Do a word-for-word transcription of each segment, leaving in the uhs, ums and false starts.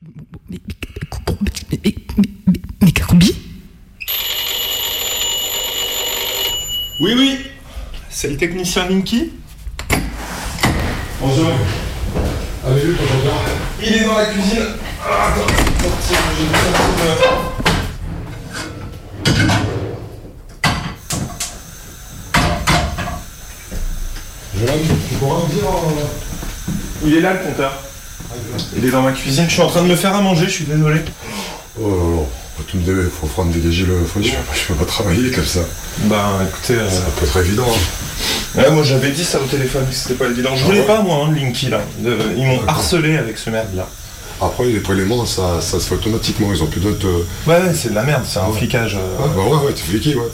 Mégacombi ? Oui, oui, c'est le technicien Linky. Bonjour. Allez, vite, bonjour. Il est dans la cuisine. Ah, attends, sortir, j'ai une sortie de... Jolan, tu pourras me dire... Euh... Il est là, le compteur. Il est dans ma cuisine. Je suis en train de me faire à manger, je suis désolé. Oh là là, tu me dé... faut, faut me dégager le fond, je peux pas travailler comme ça. Bah écoutez... Euh... Ça peut être évident. Hein. Ouais, moi j'avais dit ça au téléphone, que c'était pas évident. Je voulais ah ouais. pas moi, hein, Linky là. De... Ils m'ont harcelé avec ce merde là. Après les préléments, ça, ça se fait automatiquement, ils ont plus d'autres... Euh... Ouais, ouais, c'est de la merde, c'est un ouais. flicage. Euh... Ah, bah ouais, ouais, t'es fliqué, ouais.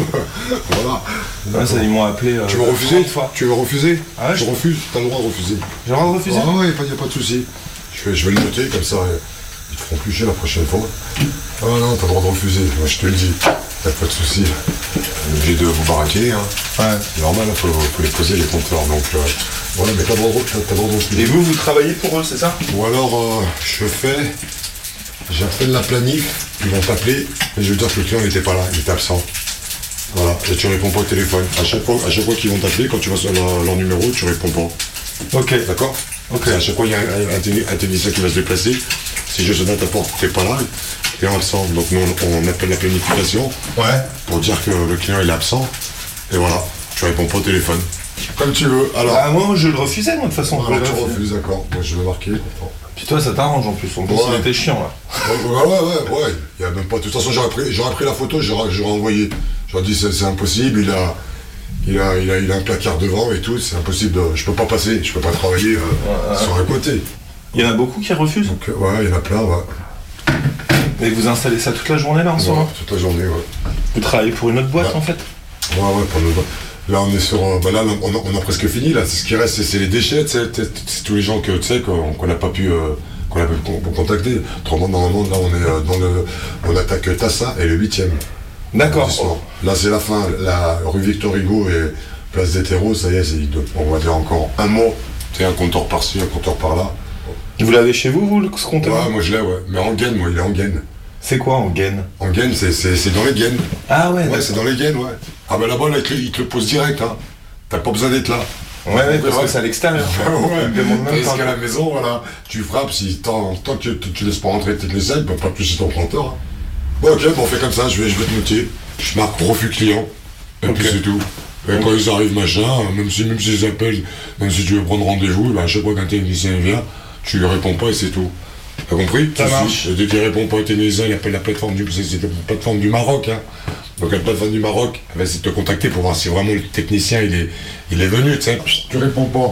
Voilà. Ouais, ça, ils m'ont appelé... Euh, tu veux refuser fois. Tu veux refuser ah ouais, Je refuse, t'as le droit de refuser. J'ai le droit de refuser Ah ouais, y'a pas de souci. Je vais, je vais le noter, comme ça, ils te feront plus chier la prochaine fois. Ah non, t'as le droit de refuser, moi je te le dis. Y'a pas de souci. On est obligé de vous baraquer, hein. Ouais. C'est normal, il faut, faut les poser, les compteurs, donc... Euh, voilà, mais t'as le droit de refuser. Et vous, vous travaillez pour eux, c'est ça? Ou alors, euh, je fais... J'appelle la planif, ils vont t'appeler, et je veux dire que le client n'était pas là, il était absent. Voilà, et tu réponds pas au téléphone. À chaque fois, à chaque fois qu'ils vont t'appeler, quand tu vas sur leur, leur numéro, tu réponds pas. Ok. D'accord? Ok. À chaque fois, il y a un, un, un technicien qui va se déplacer. Si je sonne à ta porte, t'es pas là, t'es absent. Donc nous, on, on appelle la planification. Ouais. Pour dire que le client il est absent. Et voilà, tu réponds pas au téléphone. Comme tu veux. Alors. Ah, moi, je le refusais, moi, de toute façon. Alors, tu refuses, d'accord. Moi, je vais marquer. Puis toi, ça t'arrange en plus. En plus, ouais. il était chiant, là. Ouais, ouais, ouais. ouais. Il y a même pas... De toute façon, j'aurais pris, j'aurais pris la photo, j'aurais, j'aurais envoyé. J'aurais dit, c'est, c'est impossible, il a, il, a, il, a, il a un placard devant et tout, c'est impossible. De... Je peux pas passer, je peux pas travailler euh, ouais, ouais. sur un côté. Il y en a beaucoup qui refusent? Donc, ouais, il y en a plein, ouais. Mais vous installez ça toute la journée, là, en ce moment? Ouais, toute la journée, ouais. Vous travaillez pour une autre boîte, ouais. en fait? Ouais, ouais, pour une autre boîte. Là, on est sur... Euh, bah là, on a, on a presque fini, là. C'est ce qui reste, c'est, c'est les déchets, tu sais. C'est tous les gens que, tu sais, qu'on n'a pas pu... Euh, qu'on a pu contacter. Autrement, normalement, là, on est euh, dans le... On attaque Tassa et le huitième. D'accord. Là, c'est la fin. La rue Victor Hugo et place des Terreaux, ça y est, c'est, on va dire encore un mot. Tu sais, un compteur par-ci, un compteur par-là. Vous l'avez chez vous, vous, ce compteur? Ouais, moi je l'ai, ouais. Mais en gaine, moi, il est en gaine. C'est quoi en gaine? En gaine, c'est, c'est, c'est dans les gaines. Ah ouais? Ouais, c'est dans les gaines, ouais. Ah ben là-bas, là, il te le pose direct, hein. T'as pas besoin d'être là. Ouais, ouais, parce ouais. que c'est à l'extérieur. Ouais, ouais. Parce qu'à la maison, voilà, tu frappes, si tant, tant que tu, tu laisses pas rentrer tes techniciens, ils peuvent pas toucher ton compteur. Hein. Bon, ok, bon, on fait comme ça, je vais, je vais te noter. Je marque refus client. Et okay. puis c'est tout. Et okay. quand ils arrivent, machin, même si même s'ils appellent, même si tu veux prendre rendez-vous, bah, à chaque fois qu'un technicien vient, tu lui réponds pas et c'est tout. T'as compris? Ça marche. Et dès qu'il répond pas au technicien, il appelle la plateforme du, c'est, c'est la plateforme du Maroc, hein. Donc la plateforme du Maroc, elle va essayer de te contacter pour voir si vraiment le technicien il est, il est venu, tu sais. Tu réponds pas.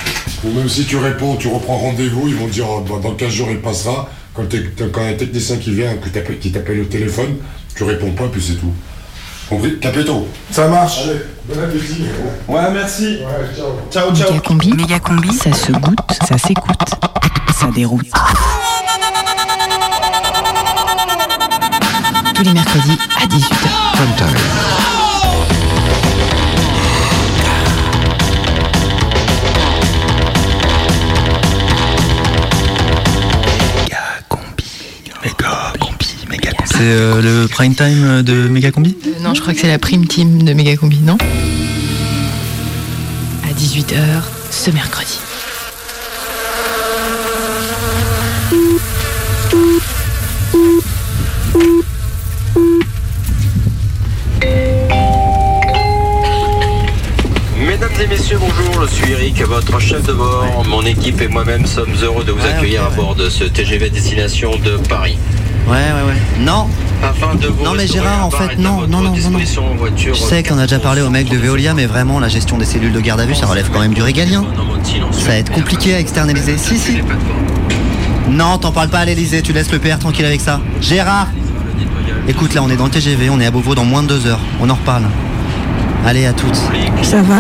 Ou même si tu réponds, tu reprends rendez-vous, ils vont dire oh, dans quinze jours il passera. Quand, quand un technicien qui vient, qui t'appelle, qui t'appelle au téléphone, tu réponds pas, puis c'est tout. Compris? Capito. Ça marche. Allez, bon appétit. Ouais, merci. Ouais, ciao. Ciao, ciao. Mégacombi, Mégacombi, ça se goûte, ça s'écoute, ça déroute. Tous les mercredis à dix-huit heures. Prime time. C'est euh, le prime time de Mégacombi ? euh, Non, je crois que c'est la prime team de Mégacombi, non ? À dix-huit heures, ce mercredi. Mesdames et messieurs, bonjour, je suis Eric, votre chef de bord. Mon équipe et moi-même sommes heureux de vous ouais, accueillir okay, à bord ouais. de ce T G V destination de Paris. Ouais, ouais, ouais. Non. Afin de vous non, mais Gérard, en fait, non, non, non, non, non. Je sais qu'on a déjà parlé au mec de Veolia, mais vraiment, la gestion des cellules de garde à vue, ça relève quand même du régalien. Ça va être compliqué à externaliser. Si, si. Non, t'en parles pas à l'Elysée, tu laisses le P R tranquille avec ça. Gérard. Écoute, là, on est dans le T G V, on est à Beauvau dans moins de deux heures. On en reparle. Allez, à toutes. Ça va ?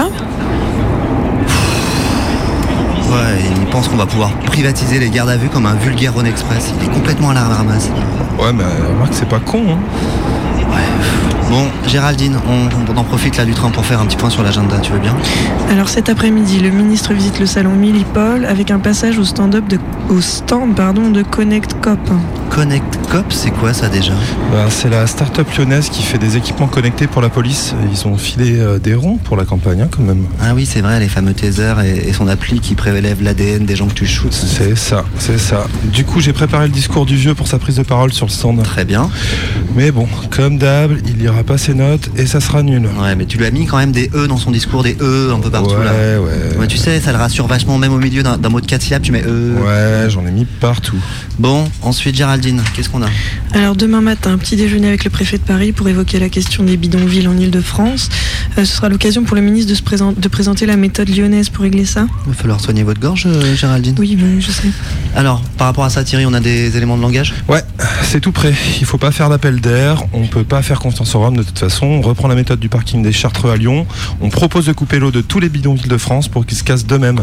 Ouais, il pense qu'on va pouvoir privatiser les gardes à vue comme un vulgaire Rhône-Express. Il est complètement à la ramasse. Ouais, mais remarque, c'est pas con, hein. Ouais. Bon, Géraldine, on, on en profite là du train pour faire un petit point sur l'agenda, tu veux bien ? Alors cet après-midi, le ministre visite le salon Millipol avec un passage au stand-up de, au stand pardon, de Connect Cop. Connect Cop, c'est quoi ça déjà ? Bah, c'est la start-up lyonnaise qui fait des équipements connectés pour la police. Ils ont filé euh, des ronds pour la campagne hein, quand même. Ah oui, c'est vrai, les fameux tasers et, et son appli qui prélève l'A D N des gens que tu shootes. C'est ça, c'est ça. Du coup, j'ai préparé le discours du vieux pour sa prise de parole sur le stand. Très bien. Mais bon, comme d'hab, il lira pas ses notes et ça sera nul. Ouais, mais tu lui as mis quand même des E dans son discours, des E un peu partout ouais, là. Ouais, ouais. Ouais, tu sais, ça le rassure vachement, même au milieu d'un, d'un mot de quatre syllabes, tu mets E. Ouais, j'en ai mis partout. Bon, ensuite Géraldine, qu'est-ce qu'on a ? Alors demain matin, petit déjeuner avec le préfet de Paris pour évoquer la question des bidonvilles en Ile-de-France. Euh, ce sera l'occasion pour le ministre de, se présent- de présenter la méthode lyonnaise pour régler ça. Il va falloir soigner votre gorge, euh, Géraldine. Oui, ben, je sais. Alors, par rapport à ça, Thierry, on a des éléments de langage ? Ouais, c'est tout prêt. Il faut pas faire d'appel d'air. On peut pas faire confiance au Rhum de toute façon. On reprend la méthode du parking des Chartreux à Lyon. On propose de couper l'eau de tous les bidonvilles de France pour qu'ils se cassent d'eux-mêmes.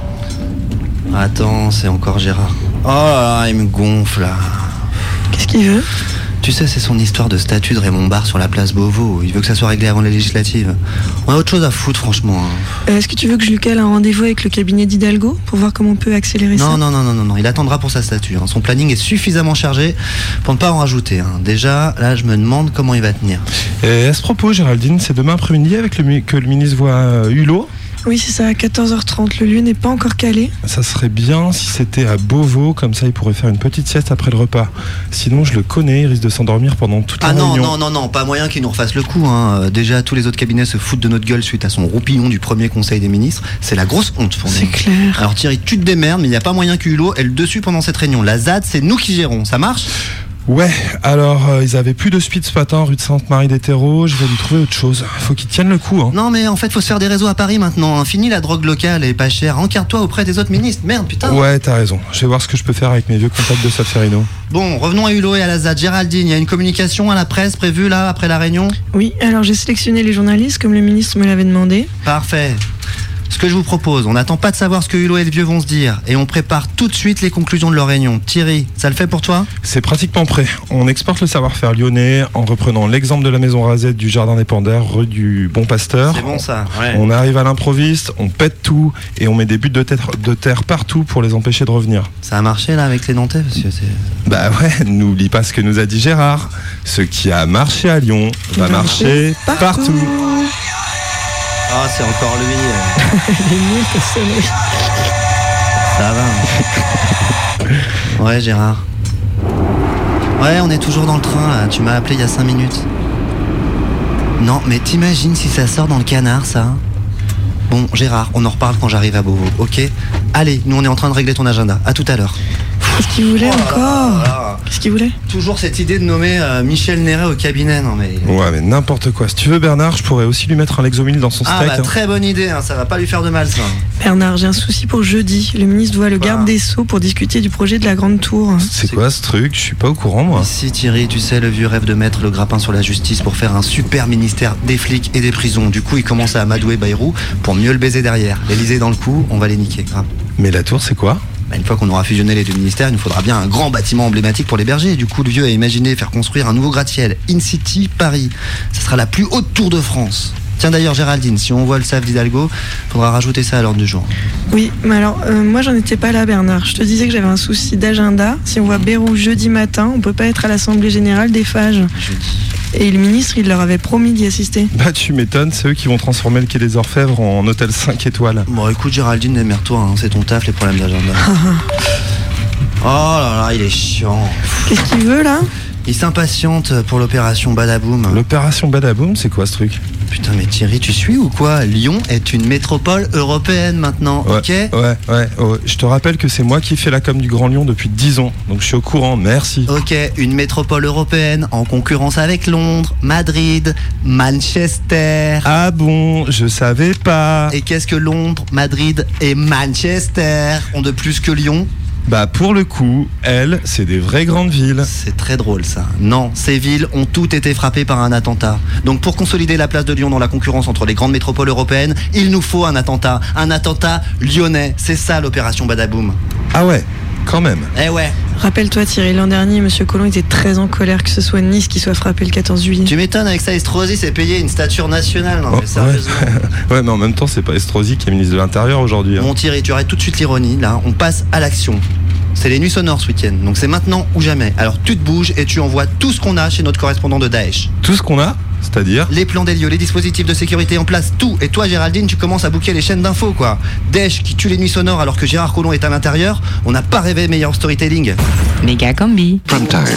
Attends, c'est encore Gérard. Oh là là, il me gonfle là. Qu'est-ce qu'il veut ? Tu sais, c'est son histoire de statut de Raymond Barre sur la place Beauvau. Il veut que ça soit réglé avant les législatives. On a autre chose à foutre, franchement. Euh, est-ce que tu veux que je lui cale un rendez-vous avec le cabinet d'Hidalgo pour voir comment on peut accélérer non, ça ? Non, non, non, non, non. Il attendra pour sa statue. Hein. Son planning est suffisamment chargé pour ne pas en rajouter. Hein. Déjà, là, je me demande comment il va tenir. Et à ce propos, Géraldine, c'est demain après-midi avec le, que le ministre voit euh, Hulot. Oui, c'est ça, à quatorze heures trente. Le lieu n'est pas encore calé. Ça serait bien si c'était à Beauvau, comme ça il pourrait faire une petite sieste après le repas. Sinon, je le connais, il risque de s'endormir pendant toute la ah non, réunion. non, non, non, pas moyen qu'il nous refasse le coup. Hein. Déjà, tous les autres cabinets se foutent de notre gueule suite à son roupillon du premier conseil des ministres. C'est la grosse honte pour nous. C'est clair. Alors Thierry, tu te démerdes, mais il n'y a pas moyen que Hulot ait le dessus pendant cette réunion. La Z A D, c'est nous qui gérons. Ça marche ? Ouais, alors euh, ils avaient plus de speed ce matin rue de Sainte-Marie-des-Terreaux, je vais lui trouver autre chose. Faut qu'ils tiennent le coup. Hein. Non mais en fait faut se faire des réseaux à Paris maintenant. Hein. Fini la drogue locale et pas chère. Encarre-toi auprès des autres ministres. Merde putain. Ouais, t'as raison. Je vais voir ce que je peux faire avec mes vieux contacts de Solferino. Bon, revenons à Hulot et à la Z A D. Géraldine, il y a une communication à la presse prévue là après la réunion ? Oui, alors j'ai sélectionné les journalistes comme le ministre me l'avait demandé. Parfait. Ce que je vous propose, on n'attend pas de savoir ce que Hulot et le vieux vont se dire et on prépare tout de suite les conclusions de leur réunion. Thierry, ça le fait pour toi ? C'est pratiquement prêt. On exporte le savoir-faire lyonnais en reprenant l'exemple de la maison rasette du jardin des Pandères, rue du Bon Pasteur. C'est bon ça, ouais. On arrive à l'improviste, on pète tout et on met des buts de terre, de terre partout pour les empêcher de revenir. Ça a marché là avec les Nantais parce que c'est... Bah ouais, n'oublie pas ce que nous a dit Gérard. Ce qui a marché à Lyon va marcher partout. partout. Ah, oh, c'est encore lui. Euh... Il est nul, ta sonnerie. Ça va. Ouais, Gérard. Ouais, on est toujours dans le train, là. Tu m'as appelé il y a cinq minutes. Non, mais t'imagines si ça sort dans le canard, ça ? Bon, Gérard, on en reparle quand j'arrive à Beauvau, ok ? Allez, nous, on est en train de régler ton agenda. À tout à l'heure. Qu'est-ce qu'il voulait oh encore là là. Qu'est-ce qu'il voulait ? Toujours cette idée de nommer euh, Michel Néret au cabinet, non mais... Ouais, mais n'importe quoi. Si tu veux, Bernard, je pourrais aussi lui mettre un Lexomil dans son ah, steak. Ah bah, hein. très bonne idée, hein, ça va pas lui faire de mal, ça. Bernard, j'ai un souci pour jeudi. Le ministre voit le bah. garde des Sceaux pour discuter du projet de la Grande Tour. C'est, C'est quoi ce truc ? Je suis pas au courant, moi. Si, Thierry, tu sais, le vieux rêve de mettre le grappin sur la justice pour faire un super ministère des flics et des prisons. Du coup, il commence à amadouer Bayrou pour mieux le baiser derrière. L'Élysée dans le coup, on va les niquer, grave. Mais la tour, c'est quoi ? Bah, une fois qu'on aura fusionné les deux ministères, il nous faudra bien un grand bâtiment emblématique pour l'héberger. Et du coup, le vieux a imaginé faire construire un nouveau gratte-ciel, InCity Paris. Ça sera la plus haute tour de France. Tiens d'ailleurs, Géraldine, si on voit le S A F d'Hidalgo, faudra rajouter ça à l'ordre du jour. Oui, mais alors, euh, moi j'en étais pas là, Bernard. Je te disais que j'avais un souci d'agenda. Si on voit Bayrou jeudi matin, on peut pas être à l'Assemblée Générale des Phages. Jeudi. Et le ministre, il leur avait promis d'y assister. Bah tu m'étonnes, c'est eux qui vont transformer le quai des Orfèvres en hôtel cinq étoiles. Bon écoute Géraldine, démerde-toi, hein, c'est ton taf les problèmes d'agenda. Oh là là, il est chiant. Qu'est-ce qu'il veut là ? Il s'impatiente pour l'opération Badaboum. L'opération Badaboum, c'est quoi ce truc ? Putain mais Thierry, tu suis ou quoi ? Lyon est une métropole européenne maintenant, ouais, ok ? Ouais, ouais, ouais. Je te rappelle que c'est moi qui fais la com du Grand Lyon depuis dix ans, donc je suis au courant, merci. Ok, une métropole européenne en concurrence avec Londres, Madrid, Manchester. Ah bon, je savais pas. Et qu'est-ce que Londres, Madrid et Manchester ont de plus que Lyon ? Bah pour le coup, elles, c'est des vraies grandes villes. C'est très drôle ça. Non, ces villes ont toutes été frappées par un attentat. Donc pour consolider la place de Lyon dans la concurrence entre les grandes métropoles européennes, il nous faut un attentat. Un attentat lyonnais. C'est ça l'opération Badaboum. Ah ouais, quand même. Eh ouais, Rappelle-toi Thierry, l'an dernier, Monsieur Collomb était très en colère que ce soit Nice qui soit frappé le quatorze juillet. Tu m'étonnes, avec ça, Estrosi s'est payé une stature nationale. Non, Oh, mais sérieusement. Ouais. Ouais, mais en même temps, c'est pas Estrosi qui est ministre de l'Intérieur aujourd'hui. Hein. Bon Thierry, tu arrêtes tout de suite l'ironie, là, on passe à l'action. C'est les nuits sonores ce week-end, donc c'est maintenant ou jamais. Alors tu te bouges et tu envoies tout ce qu'on a chez notre correspondant de Daesh. Tout ce qu'on a, c'est-à-dire Les plans des lieux, les dispositifs de sécurité en place, tout. Et toi Géraldine, tu commences à booker les chaînes d'infos, quoi. Daesh qui tue les nuits sonores alors que Gérard Collomb est à l'intérieur, on n'a pas rêvé meilleur storytelling. Méga combi. Prime time.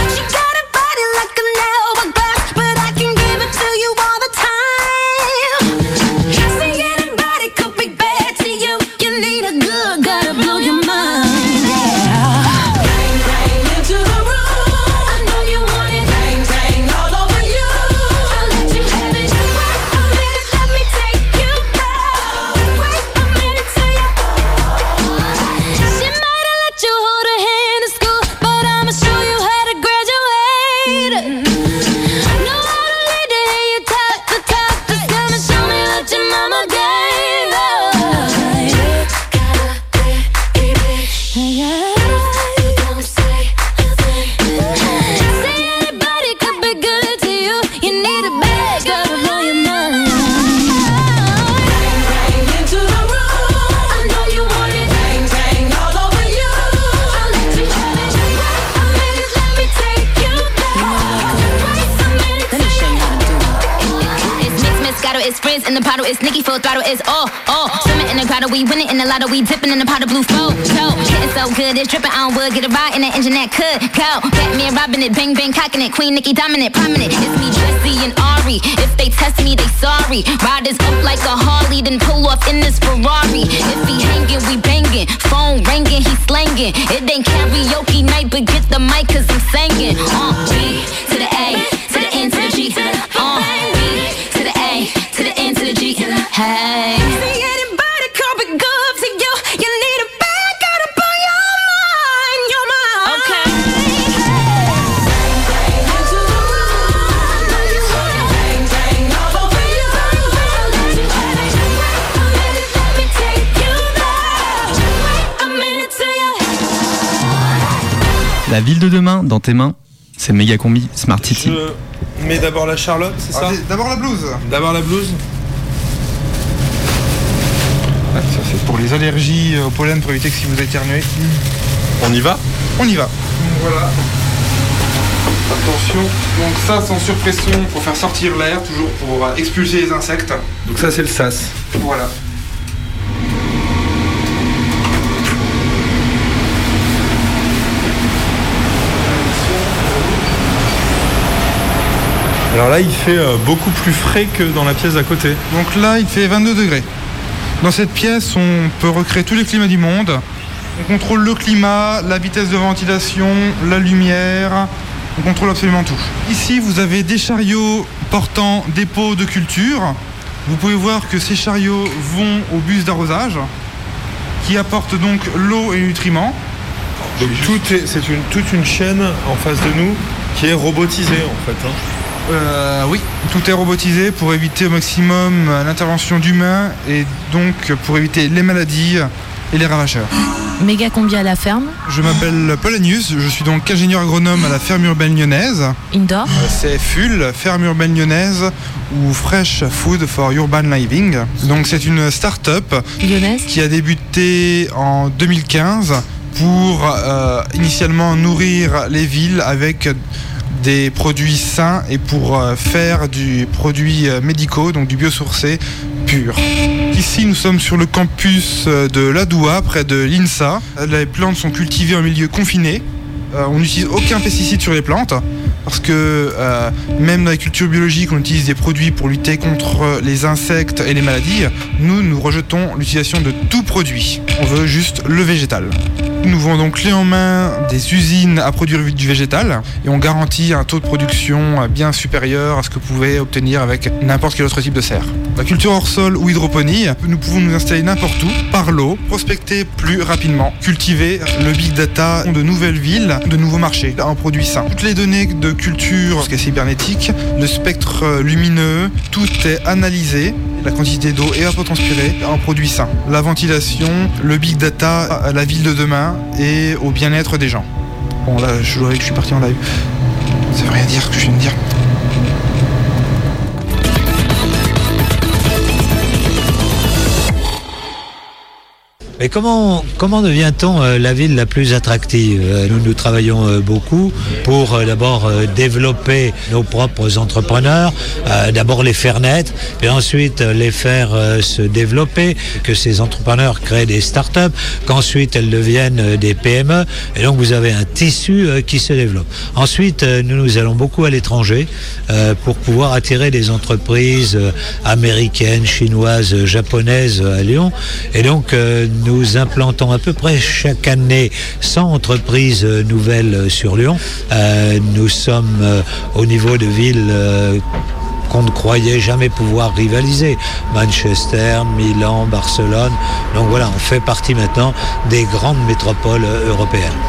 In the bottle, it's Nicki full throttle, it's all, all. Swimming in the grotto, we winning in the lotto, we dipping in the pot of blue flow. So, getting so good, it's dripping on wood, get a ride in that engine that could go. Batman robbing it, bang bang cocking it, Queen Nicki dominant, prominent. It's me, Jesse and Ari. If they test me, they sorry. Riders up like a Harley, then pull off in this Ferrari. If he hanging, we banging. Phone ringing, he slanging. It ain't karaoke night, but get the mic, cause I'm singing. Uh, B to the A, to the N to the G. Uh, B to the A, to the N to the G. Hey. See anybody coming good to you? You need a back up on your mind, your mind. Okay. La ville de demain dans tes mains, c'est Méga Combi Smart City. Je mets d'abord la Charlotte, c'est ça? D'abord la blouse. D'abord la blouse. Ouais, ça c'est pour les allergies au pollen, pour éviter que si vous éternuez. On y va? On y va. Voilà. Attention, donc ça sans surpression pour faire sortir l'air, toujours pour expulser les insectes. Donc ça c'est le sas. Voilà. Alors là il fait euh, beaucoup plus frais que dans la pièce d'à côté. Donc là il fait vingt-deux degrés. Dans cette pièce on peut recréer tous les climats du monde. On contrôle le climat, la vitesse de ventilation, la lumière, on contrôle absolument tout. Ici vous avez des chariots portant des pots de culture. Vous pouvez voir que ces chariots vont au bus d'arrosage qui apportent donc l'eau et les nutriments. Donc tout est, c'est une, toute une chaîne en face de nous qui est robotisée en fait. Hein. Euh, oui, tout est robotisé pour éviter au maximum l'intervention d'humains et donc pour éviter les maladies et les ravageurs. Méga combi à la ferme. Je m'appelle Paul Agnus, je suis donc ingénieur agronome à la ferme urbaine lyonnaise. Indoor. C'est F U L, ferme urbaine lyonnaise ou Fresh Food for Urban Living. Donc c'est une start-up lyonnaise qui a débuté en deux mille quinze pour euh, initialement nourrir les villes avec des produits sains et pour euh, faire du produit euh, médicaux, donc du biosourcé pur. Ici, nous sommes sur le campus de l'Adoua, près de l'INSA. Les plantes sont cultivées en milieu confiné. Euh, on n'utilise aucun pesticide sur les plantes parce que euh, même dans la culture biologique, on utilise des produits pour lutter contre les insectes et les maladies. Nous, nous rejetons l'utilisation de tout produit. On veut juste le végétal. Nous vendons clé en main des usines à produire du végétal et on garantit un taux de production bien supérieur à ce que vous pouvez obtenir avec n'importe quel autre type de serre. La culture hors sol ou hydroponie, nous pouvons nous installer n'importe où, par l'eau, prospecter plus rapidement, cultiver le big data de nouvelles villes, de nouveaux marchés en produits sains. Toutes les données de culture cybernétique, le spectre lumineux, tout est analysé. La quantité d'eau évapotranspirée en produits sains. La ventilation, le big data à la ville de demain et au bien-être des gens. Bon, là, je jouais que je suis parti en live. Ça veut rien dire ce que je viens de dire. Mais comment, comment devient-on euh, la ville la plus attractive ? euh, Nous, nous travaillons euh, beaucoup pour euh, d'abord euh, développer nos propres entrepreneurs, euh, d'abord les faire naître, et ensuite euh, les faire euh, se développer, que ces entrepreneurs créent des start-up, qu'ensuite elles deviennent euh, des P M E, et donc vous avez un tissu euh, qui se développe. Ensuite, euh, nous, nous allons beaucoup à l'étranger euh, pour pouvoir attirer des entreprises euh, américaines, chinoises, euh, japonaises euh, à Lyon, et donc euh, nous Nous implantons à peu près chaque année cent entreprises nouvelles sur Lyon. Euh, nous sommes euh, au niveau de villes euh, qu'on ne croyait jamais pouvoir rivaliser. Manchester, Milan, Barcelone. Donc voilà, on fait partie maintenant des grandes métropoles européennes.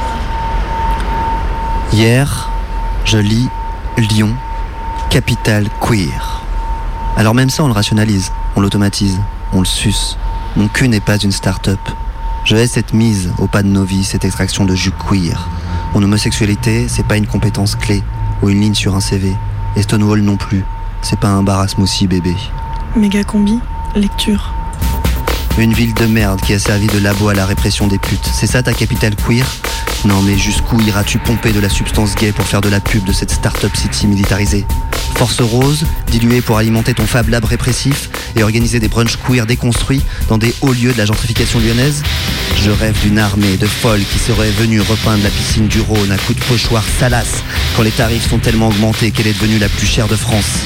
Hier, je lis Lyon, capitale queer. Alors même ça, on le rationalise, on l'automatise, on le suce. Mon cul n'est pas une start-up. Je hais cette mise au pas de nos vies, cette extraction de jus queer. Mon homosexualité, c'est pas une compétence clé ou une ligne sur un C V. Et Stonewall non plus. C'est pas un bar à smoothie, bébé. Méga combi, lecture. Une ville de merde qui a servi de labo à la répression des putes. C'est ça ta capitale queer ? Non mais jusqu'où iras-tu pomper de la substance gay pour faire de la pub de cette start-up city militarisée ? Force rose, diluée pour alimenter ton Fab Lab répressif et organiser des brunchs queer déconstruits dans des hauts lieux de la gentrification lyonnaise ? Je rêve d'une armée de folles qui seraient venues repeindre la piscine du Rhône à coups de pochoir salace quand les tarifs sont tellement augmentés qu'elle est devenue la plus chère de France.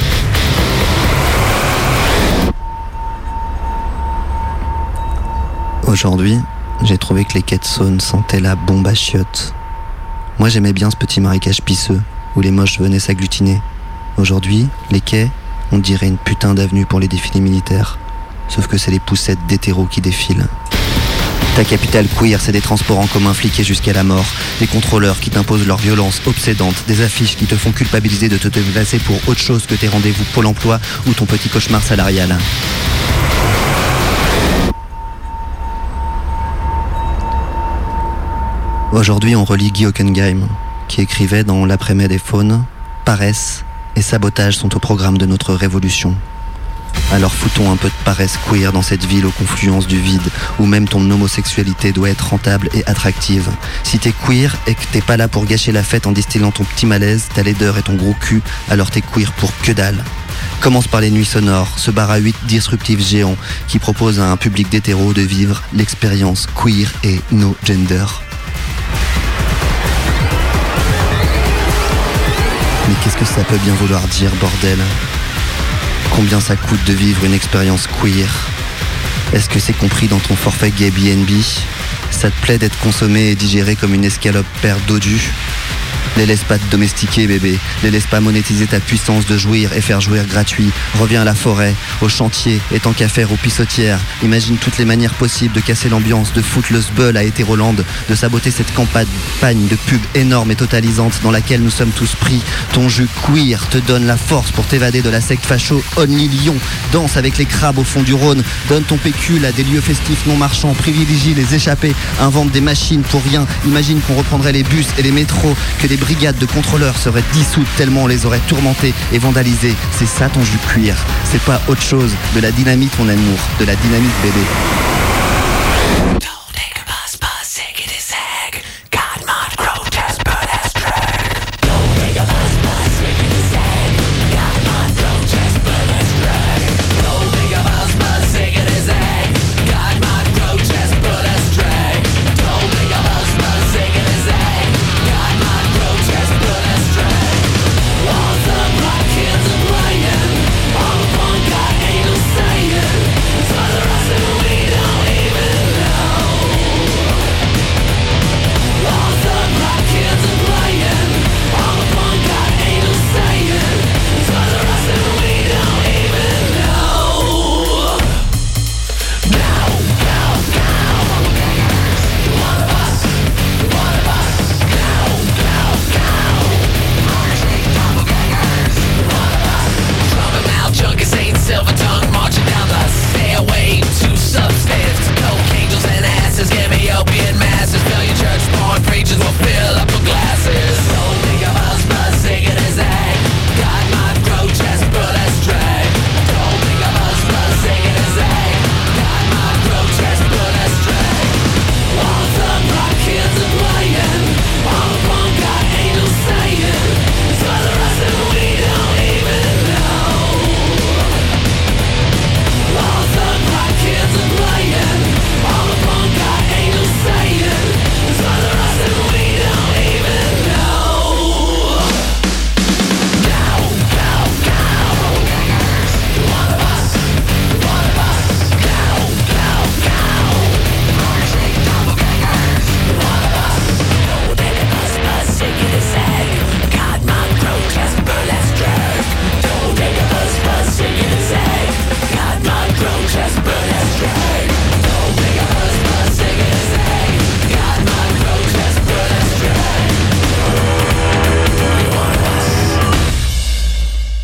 Aujourd'hui, j'ai trouvé que les quais de Saône sentaient la bombe à chiottes. Moi j'aimais bien ce petit marécage pisseux où les moches venaient s'agglutiner. Aujourd'hui, les quais, on dirait une putain d'avenue pour les défilés militaires. Sauf que c'est les poussettes d'hétéros qui défilent. Ta capitale queer, c'est des transports en commun fliqués jusqu'à la mort, des contrôleurs qui t'imposent leur violence obsédante, des affiches qui te font culpabiliser de te déplacer pour autre chose que tes rendez-vous Pôle emploi ou ton petit cauchemar salarial. Aujourd'hui, on relit Guy Hockenheim, qui écrivait dans L'après-midi des faunes « Paresse et sabotage sont au programme de notre révolution ». Alors foutons un peu de paresse queer dans cette ville aux confluences du vide, où même ton homosexualité doit être rentable et attractive. Si t'es queer et que t'es pas là pour gâcher la fête en distillant ton petit malaise, ta laideur et ton gros cul, alors t'es queer pour que dalle. Commence par les Nuits Sonores, ce bar à huit disruptif géant qui propose à un public d'hétéros de vivre l'expérience queer et no gender. Mais qu'est-ce que ça peut bien vouloir dire, bordel ? Combien ça coûte de vivre une expérience queer ? Est-ce que c'est compris dans ton forfait gay B and B ? Ça te plaît d'être consommé et digéré comme une escalope père dodu ? Les laisse pas te domestiquer, bébé. Les laisse pas monétiser ta puissance de jouir et faire jouir gratuit. Reviens à la forêt, au chantier, et tant qu'à faire aux pissotières. Imagine toutes les manières possibles de casser l'ambiance, de foutre le sbeul à Hétéroland, de saboter cette campagne de pub énorme et totalisante dans laquelle nous sommes tous pris. Ton jeu queer te donne la force pour t'évader de la secte facho Only Lyon. Danse avec les crabes au fond du Rhône. Donne ton pécule à des lieux festifs non marchands. Privilégie les échappés. Invente des machines pour rien. Imagine qu'on reprendrait les bus et les métros, que les brigades de contrôleurs seraient dissoutes tellement on les aurait tourmentés et vandalisés. C'est ça ton jus cuir. C'est pas autre chose. De la dynamite, mon amour. De la dynamite, bébé. We don't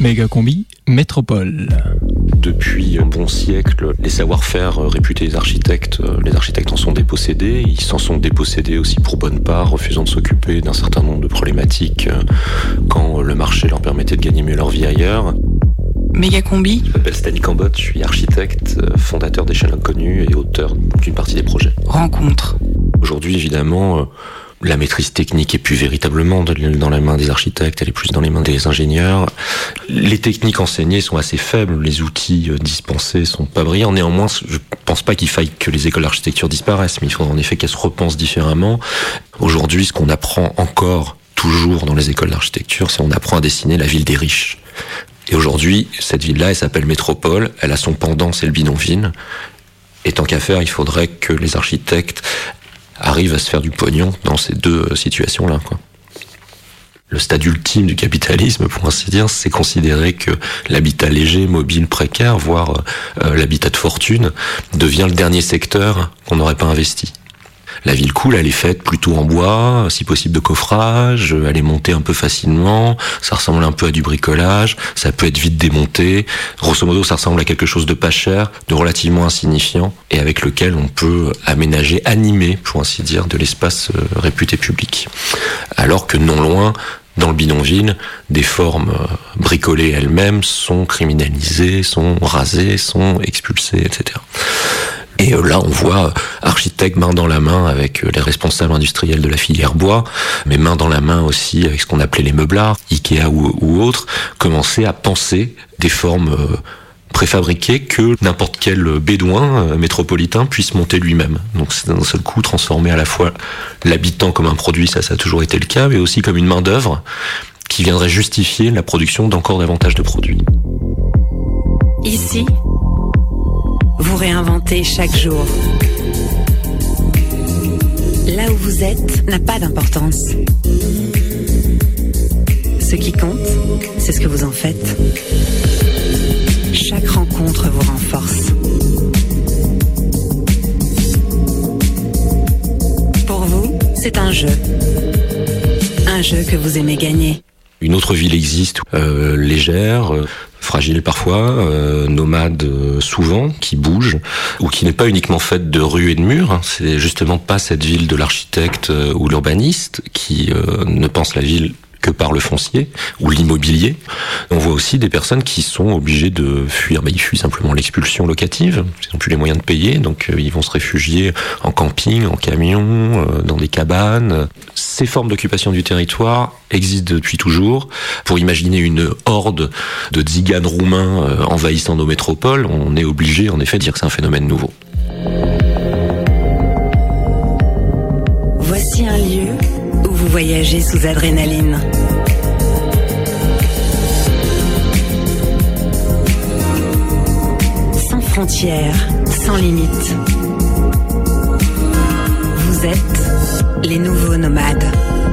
Mégacombi Métropole. Depuis un bon siècle, les savoir-faire réputés des architectes, les architectes en sont dépossédés. Ils s'en sont dépossédés aussi pour bonne part, refusant de s'occuper d'un certain nombre de problématiques quand le marché leur permettait de gagner mieux leur vie ailleurs. Mégacombi. Je m'appelle Stanley Cambot, je suis architecte, fondateur d'Échelle Inconnue et auteur d'une partie des projets. Rencontre. Aujourd'hui, évidemment, la maîtrise technique est plus véritablement dans les mains des architectes, elle est plus dans les mains des ingénieurs. Les techniques enseignées sont assez faibles, les outils dispensés sont pas brillants. Néanmoins, je pense pas qu'il faille que les écoles d'architecture disparaissent, mais il faudra en effet qu'elles se repensent différemment. Aujourd'hui, ce qu'on apprend encore, toujours dans les écoles d'architecture, c'est qu'on apprend à dessiner la ville des riches. Et aujourd'hui, cette ville-là, elle s'appelle Métropole, elle a son pendant, c'est le bidonville. Et tant qu'à faire, il faudrait que les architectes arrivent à se faire du pognon dans ces deux situations-là, quoi. Le stade ultime du capitalisme, pour ainsi dire, c'est considérer que l'habitat léger, mobile, précaire, voire euh, l'habitat de fortune, devient le dernier secteur qu'on n'aurait pas investi. La ville cool, elle est faite plutôt en bois, si possible de coffrage, elle est montée un peu facilement, ça ressemble un peu à du bricolage, ça peut être vite démonté. Grosso modo, ça ressemble à quelque chose de pas cher, de relativement insignifiant, et avec lequel on peut aménager, animer, pour ainsi dire, de l'espace réputé public. Alors que non loin, dans le bidonville, des formes bricolées elles-mêmes sont criminalisées, sont rasées, sont expulsées, et cetera. Et là, on voit architectes main dans la main avec les responsables industriels de la filière bois, mais main dans la main aussi avec ce qu'on appelait les meublards, Ikea ou, ou autres, commencer à penser des formes préfabriquées que n'importe quel bédouin métropolitain puisse monter lui-même. Donc c'est d'un seul coup transformer à la fois l'habitant comme un produit, ça, ça a toujours été le cas, mais aussi comme une main-d'œuvre qui viendrait justifier la production d'encore davantage de produits. Ici, vous réinventez chaque jour. Là où vous êtes n'a pas d'importance. Ce qui compte, c'est ce que vous en faites. Chaque rencontre vous renforce. Pour vous, c'est un jeu. Un jeu que vous aimez gagner. Une autre ville existe, euh, légère, euh, fragile parfois, euh, nomade euh, souvent, qui bouge, ou qui n'est pas uniquement faite de rues et de murs. C'est justement pas cette ville de l'architecte euh, ou l'urbaniste qui euh, ne pense la ville que par le foncier ou l'immobilier. On voit aussi des personnes qui sont obligées de fuir. Ben, ils fuient simplement l'expulsion locative. Ils n'ont plus les moyens de payer, donc euh, ils vont se réfugier en camping, en camion, euh, dans des cabanes. Ces formes d'occupation du territoire existent depuis toujours. Pour imaginer une horde de tziganes roumains euh, envahissant nos métropoles, on est obligé en effet de dire que c'est un phénomène nouveau. Voici un lieu où vous voyagez sous adrénaline. Sans frontières, sans limites. Vous êtes les nouveaux nomades.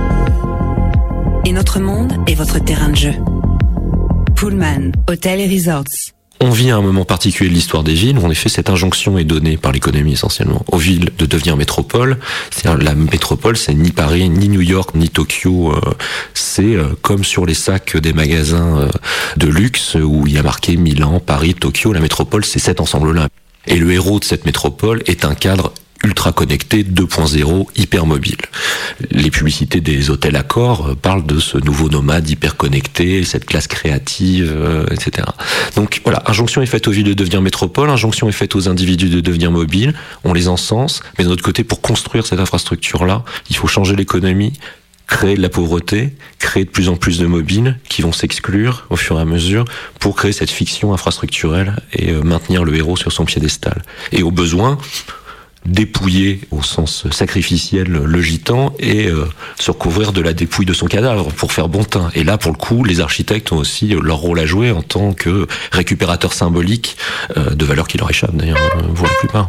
Et notre monde est votre terrain de jeu. Pullman, Hôtel et Resorts. On vit à un moment particulier de l'histoire des villes où en effet cette injonction est donnée par l'économie essentiellement aux villes de devenir métropole. C'est-à-dire la métropole, c'est ni Paris, ni New York, ni Tokyo. C'est comme sur les sacs des magasins de luxe où il y a marqué Milan, Paris, Tokyo. La métropole, c'est cet ensemble-là. Et le héros de cette métropole est un cadre ultra connecté, deux point zéro, hyper mobile. Les publicités des hôtels Accor parlent de ce nouveau nomade hyper connecté, cette classe créative, euh, et cetera. Donc voilà, injonction est faite aux villes de devenir métropole, injonction est faite aux individus de devenir mobiles, on les encense, mais d'un autre côté, pour construire cette infrastructure-là, il faut changer l'économie, créer de la pauvreté, créer de plus en plus de mobiles qui vont s'exclure au fur et à mesure pour créer cette fiction infrastructurelle et euh, maintenir le héros sur son piédestal. Et au besoin, dépouiller au sens sacrificiel le gitan et euh, se recouvrir de la dépouille de son cadavre pour faire bon teint. Et là, pour le coup, les architectes ont aussi leur rôle à jouer en tant que récupérateurs symboliques euh, de valeurs qui leur échappent d'ailleurs, euh, pour la plupart.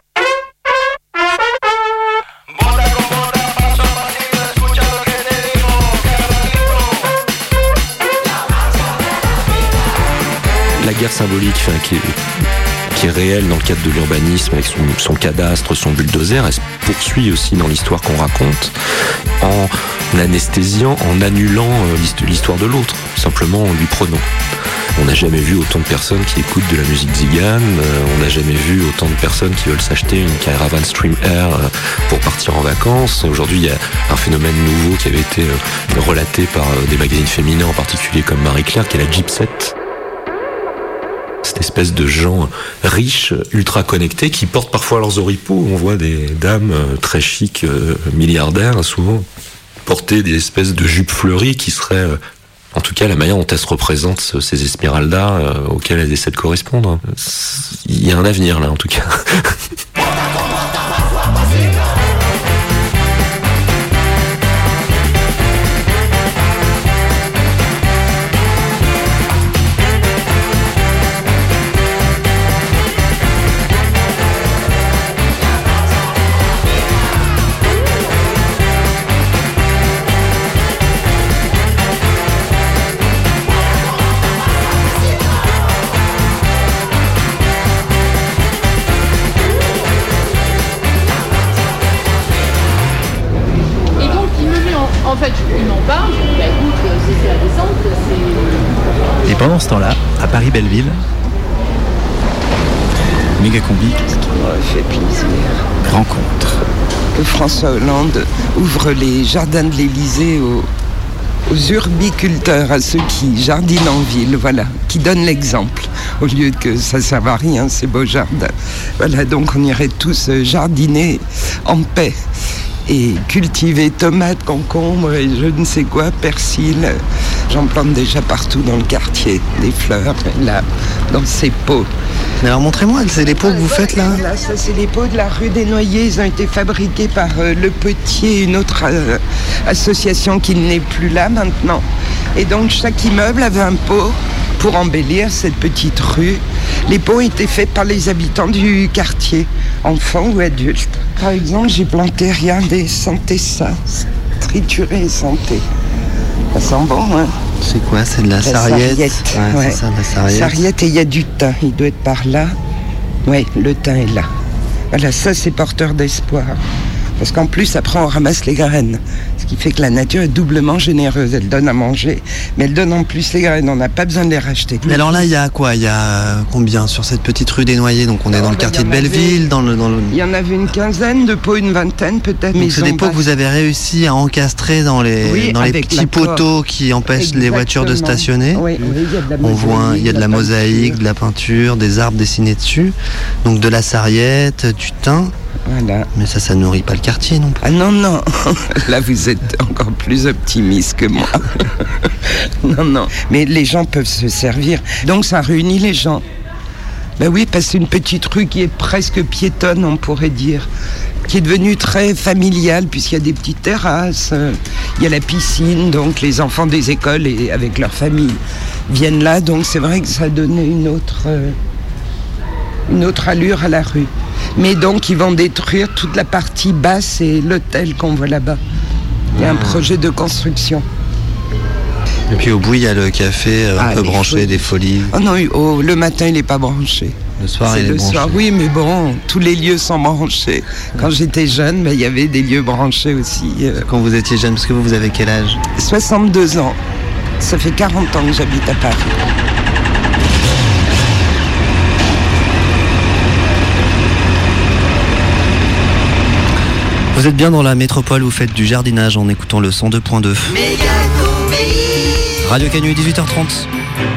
La guerre symbolique, enfin, qui est qui est réelle dans le cadre de l'urbanisme avec son, son cadastre, son bulldozer, elle se poursuit aussi dans l'histoire qu'on raconte en en anesthésiant, en annulant l'histoire de l'autre, simplement en lui prenant. On n'a jamais vu autant de personnes qui écoutent de la musique Zigane, on n'a jamais vu autant de personnes qui veulent s'acheter une caravane Stream Air pour partir en vacances. Aujourd'hui, il y a un phénomène nouveau qui avait été relaté par des magazines féminins, en particulier comme Marie-Claire, qui est la Gypset. Cette espèce de gens riches, ultra connectés, qui portent parfois leurs oripeaux. On voit des dames très chics, milliardaires, souvent, porter des espèces de jupes fleuries qui seraient... En tout cas, la manière dont elles se représentent, ces Esmeralda euh, auxquelles elles essaient de correspondre. Il y a un avenir là, en tout cas. En fait, il m'en parle, je dis, bah, écoute, c'est la descente, c'est... Et pendant ce temps-là, à Paris-Belleville, méga combi. Ce qui m'aurait fait plaisir. Rencontre. Que François Hollande ouvre les jardins de l'Élysée aux, aux urbiculteurs, à ceux qui jardinent en ville, voilà, qui donnent l'exemple, au lieu que ça ne serve à rien, ces beaux jardins. Voilà, donc on irait tous jardiner en paix. Et cultiver tomates, concombres et je ne sais quoi, persil. J'en plante déjà partout dans le quartier, des fleurs, là, dans ces pots. Mais alors montrez-moi, c'est les pots que vous faites là Là, ça c'est les pots de la rue des Noyers. Ils ont été fabriqués par euh, Le Petit, une autre euh, association qui n'est plus là maintenant. Et donc chaque immeuble avait un pot pour embellir cette petite rue. Les pots étaient faits par les habitants du quartier, enfants ou adultes. Par exemple, j'ai planté, regardez, sentez ça, trituré et santé. Ça sent bon, hein? C'est quoi? C'est de la, la sarriette, sarriette. Ouais, ouais. C'est ça, de la sarriette. Sarriette et il y a du thym, il doit être par là. Oui, le thym est là. Voilà, ça c'est porteur d'espoir. Parce qu'en plus, après, on ramasse les graines. Ce qui fait que la nature est doublement généreuse. Elle donne à manger, mais elle donne en plus les graines. On n'a pas besoin de les racheter. Mais alors là, il y a quoi? Il y a combien sur cette petite rue des Noyers? Donc on est dans le quartier de Belleville, dans le, dans le... Il y en avait une quinzaine de pots, une vingtaine peut-être. Donc c'est des pots que vous avez réussi à encastrer dans les, oui, dans les petits poteaux qui empêchent Exactement. les voitures de stationner. Oui, oui, il y a de la on voit, il y a de la, la mosaïque, de la peinture, des arbres dessinés dessus. Donc de la sarriette, du thym. Voilà. Mais ça, ça nourrit pas le quartier non plus. Ah non, non. Là, vous êtes encore plus optimiste que moi. Non, non. Mais les gens peuvent se servir. Donc, ça réunit les gens. Ben oui, parce que c'est une petite rue qui est presque piétonne, on pourrait dire. Qui est devenue très familiale, puisqu'il y a des petites terrasses. Il y a la piscine, donc les enfants des écoles et avec leur famille viennent là. Donc, c'est vrai que ça a donné une autre, euh, une autre allure à la rue. Mais donc, ils vont détruire toute la partie basse et l'hôtel qu'on voit là-bas. Il y a un projet de construction. Et puis au bout, il y a le café un ah, peu branché, folies. des folies. Oh non, oh, le matin, il n'est pas branché. Le soir, c'est il est le branché. Soir, oui, mais bon, tous les lieux sont branchés. Quand j'étais jeune, ben, il y avait des lieux branchés aussi. Euh... Quand vous étiez jeune, parce que vous, vous avez quel âge? soixante-deux ans. Ça fait quarante ans que j'habite à Paris. Vous êtes bien dans la métropole, vous faites du jardinage en écoutant le cent deux point deux. Radio Canu, dix-huit heures trente.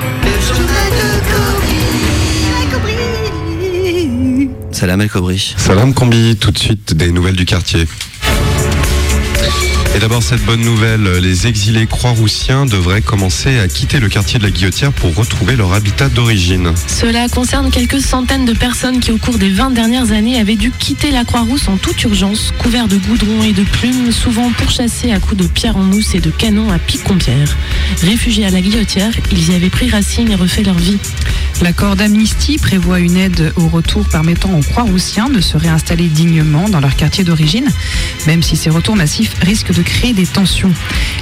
Salam El Kobri. Salam Combi, tout de suite des nouvelles du quartier. Et d'abord cette bonne nouvelle, les exilés croix-roussiens devraient commencer à quitter le quartier de la Guillotière pour retrouver leur habitat d'origine. Cela concerne quelques centaines de personnes qui au cours des vingt dernières années avaient dû quitter la Croix-Rousse en toute urgence, couverts de goudron et de plumes, souvent pourchassés à coups de pierre en mousse et de canons à pic-compière. Réfugiés à la Guillotière, ils y avaient pris racine et refait leur vie. L'accord d'amnistie prévoit une aide au retour permettant aux Croix-Roussiens de se réinstaller dignement dans leur quartier d'origine, même si ces retours massifs risquent de créer des tensions.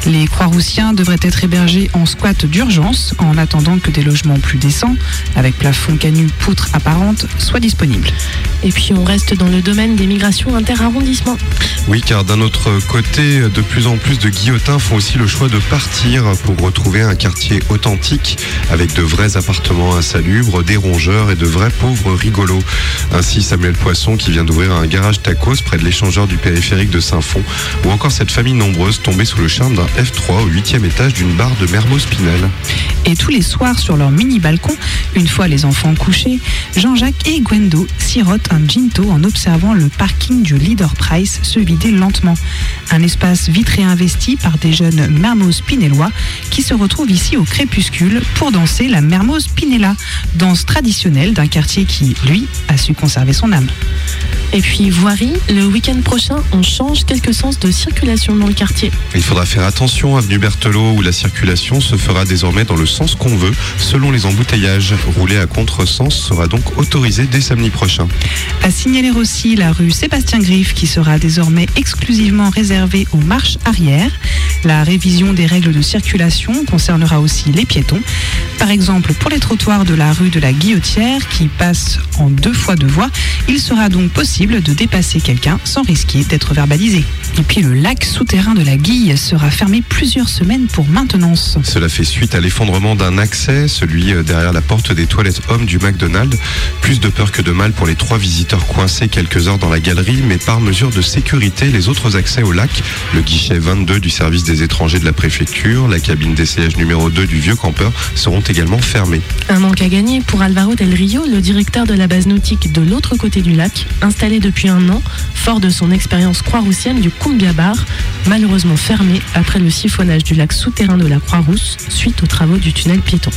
Les Croix-Roussiens devraient être hébergés en squat d'urgence en attendant que des logements plus décents, avec plafond canut, poutres apparentes, soient disponibles. Et puis on reste dans le domaine des migrations inter-arrondissements. Oui, car d'un autre côté, de plus en plus de Guillotins font aussi le choix de partir pour retrouver un quartier authentique avec de vrais appartements insalubres, des rongeurs et de vrais pauvres rigolos. Ainsi Samuel Poisson qui vient d'ouvrir un garage tacos près de l'échangeur du périphérique de Saint-Fond, ou encore cette famille nombreuse tombée sous le charme d'un F trois au huitième étage d'une barre de Mermoz Pinel. Et tous les soirs sur leur mini-balcon, une fois les enfants couchés, Jean-Jacques et Gwendo sirotent un ginto en observant le parking du Leader Price se vider lentement. Un espace vite réinvesti par des jeunes Mermoz Pinellois qui se retrouvent ici au crépuscule pour danser la Mermoz Pinella, danse traditionnelle d'un quartier qui, lui, a su conserver son âme. Et puis voirie, le week-end prochain, on change quelques sens de circulation dans le quartier. Il faudra faire attention, avenue Berthelot, où la circulation se fera désormais dans le sens qu'on veut, selon les embouteillages. Rouler à contresens sera donc autorisé dès samedi prochain. À signaler aussi la rue Sébastien Griffe, qui sera désormais exclusivement réservée aux marches arrière. La révision des règles de circulation concernera aussi les piétons. Par exemple, pour les trottoirs de la rue de la Guillotière, qui passent en deux fois deux voies, il sera donc possible de dépasser quelqu'un sans risquer d'être verbalisé. Et puis le lac souterrain de la Guille sera fermé plusieurs semaines pour maintenance. Cela fait suite à l'effondrement d'un accès, celui derrière la porte des toilettes hommes du McDonald's. Plus de peur que de mal pour les trois visiteurs coincés quelques heures dans la galerie, mais par mesure de sécurité, les autres accès au lac, le guichet vingt-deux du service des étrangers de la préfecture, la cabine d'essayage numéro deux du vieux campeur seront également fermés. Un manque à gagner pour Alvaro Del Rio, le directeur de la base nautique de l'autre côté du lac, installé depuis un an, fort de son expérience croix-roussienne du Cumbia Bar, malheureusement fermé après le siphonnage du lac souterrain de la Croix-Rousse suite aux travaux du tunnel piéton.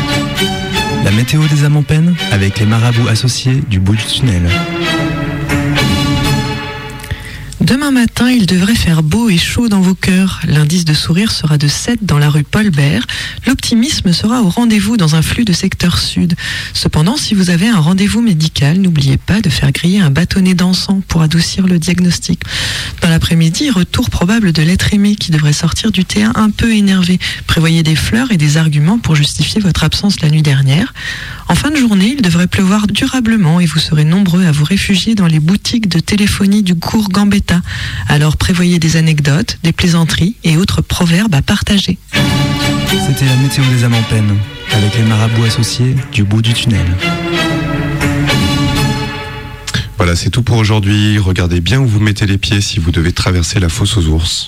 La météo des âmes en peine avec les marabouts associés du bout du tunnel. Demain matin, il devrait faire beau et chaud dans vos cœurs. L'indice de sourire sera de sept dans la rue Paul Bert. L'optimisme sera au rendez-vous dans un flux de secteur sud. Cependant, si vous avez un rendez-vous médical, n'oubliez pas de faire griller un bâtonnet d'encens pour adoucir le diagnostic. Dans l'après-midi, retour probable de l'être aimé qui devrait sortir du T un un peu énervé. Prévoyez des fleurs et des arguments pour justifier votre absence la nuit dernière. En fin de journée, il devrait pleuvoir durablement et vous serez nombreux à vous réfugier dans les boutiques de téléphonie du cours Gambetta. Alors prévoyez des anecdotes, des plaisanteries et autres proverbes à partager. C'était la météo des âmes en peine, avec les marabouts associés du bout du tunnel. Voilà, c'est tout pour aujourd'hui. Regardez bien où vous mettez les pieds si vous devez traverser la fosse aux ours.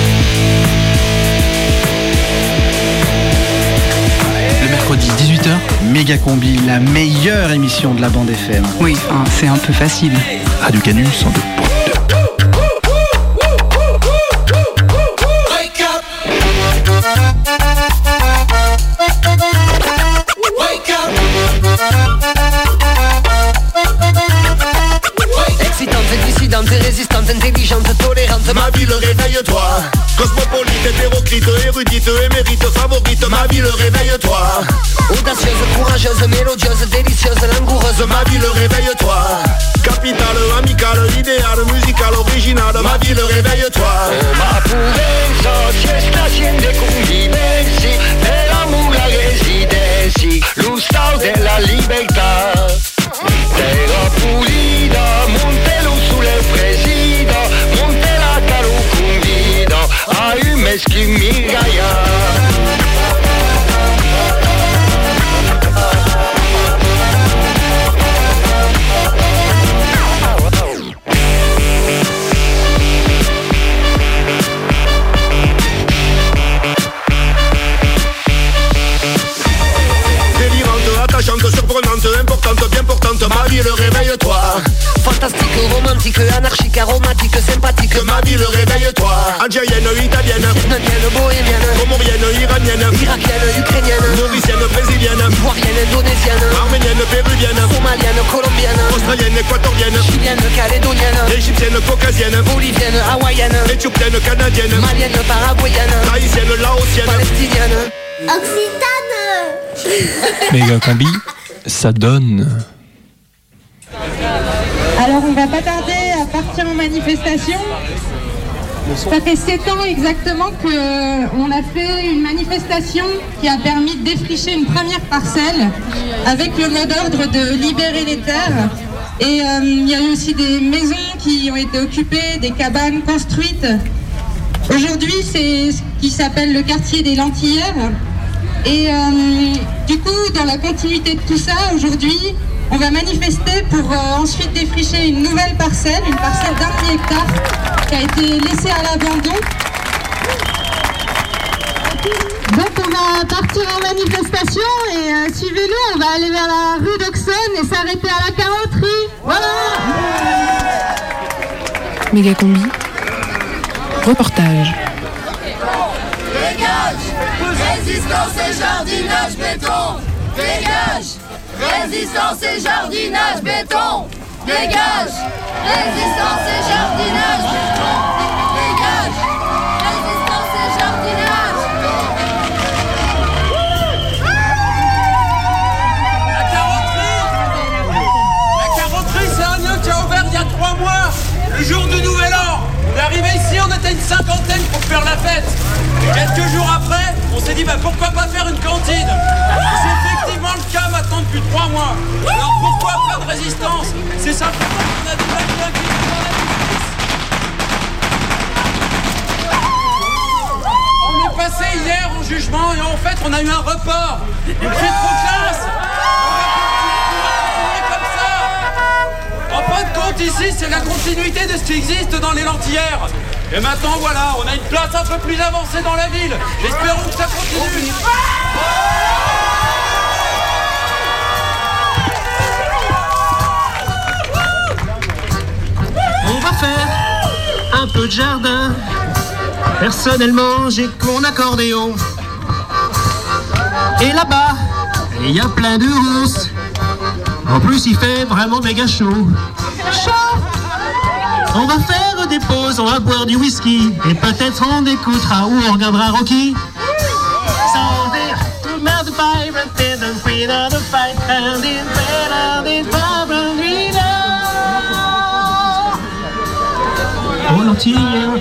Le mercredi dix-huit heures, Méga Combi, la meilleure émission de la bande F M. Oui, enfin, c'est un peu facile. Radio Canu, cent deux. Dissidente, résistante, intelligente, tolérante, ma ville réveille-toi. Cosmopolite, hétéroclite, érudite, émérite, favorite, ma ville réveille-toi. Audacieuse, courageuse, mélodieuse, délicieuse, langoureuse, ma ville réveille-toi. Capitale, amicale, idéale, musicale, originale, ma ville réveille-toi. Ma purezza ci sta haciendo convivenci, dell'amore la residency, lo stato della libertà. Terra pulita, Montelo sulle presida, Montela caro convida, a un meski migaya. Attachante, surprenante, importante, bien portante, ma ville réveille-toi. Fantastique, romantique, anarchique, aromatique, sympathique, ma ville réveille-toi. Algérienne, italienne, vietnamienne, bohémienne, comorienne, iranienne, irakienne, ukrainienne, mauricienne, brésilienne, ivoirienne, indonésienne, arménienne, péruvienne, somalienne, colombienne, australienne, équatorienne, chilienne, calédonienne, égyptienne, caucasienne, bolivienne, hawaïenne, éthiopienne, canadienne, malienne, paraguayenne, tahitienne, laotienne, palestinienne, occitane. Méga Combi, ça donne. Alors on va pas tarder à partir en manifestation. Ça fait sept ans exactement qu'on a fait une manifestation qui a permis de défricher une première parcelle avec le mot d'ordre de libérer les terres. Et euh, il y a eu aussi des maisons qui ont été occupées, des cabanes construites. Aujourd'hui, c'est ce qui s'appelle le quartier des Lentillères. Et euh, du coup, dans la continuité de tout ça, aujourd'hui, on va manifester pour euh, ensuite défricher une nouvelle parcelle, une parcelle d'un demi-hectare qui a été laissée à l'abandon. Donc on va partir en manifestation et euh, suivez-nous, on va aller vers la rue d'Auxonne et s'arrêter à la carrosserie. Voilà. Mégacombi. Reportage. Dégage, résistance et jardinage béton. Dégage, résistance et jardinage béton. Dégage, résistance et jardinage béton. Dégage, résistance et jardinage. La carrosserie, la carrosserie, c'est un nœud qui a ouvert il y a trois mois, le jour du Nouvel An. On est arrivé ici, on était une cinquantaine pour faire la fête. Et quelques jours après, on s'est dit bah pourquoi pas faire une cantine. C'est effectivement le cas maintenant depuis trois mois. Alors pourquoi pas de résistance? C'est simplement qu'on a des blagues bien qui dans la justice. On est passé hier en jugement et en fait on a eu un report. Donc c'est trop classe. En fin de compte, ici, c'est la continuité de ce qui existe dans les Lentillères. Et maintenant, voilà, on a une place un peu plus avancée dans la ville. Espérons que ça continue. On va faire un peu de jardin. Personnellement, j'ai mon accordéon. Et là-bas, il y a plein de rousses. En plus, il fait vraiment méga chaud. Chaud! On va faire des pauses, on va boire du whisky. Et peut-être on écoutera ou on regardera Rocky. So there, to melt the fire and then the queen of the fight. And in bed and in problem we know. Oh, Lentillères.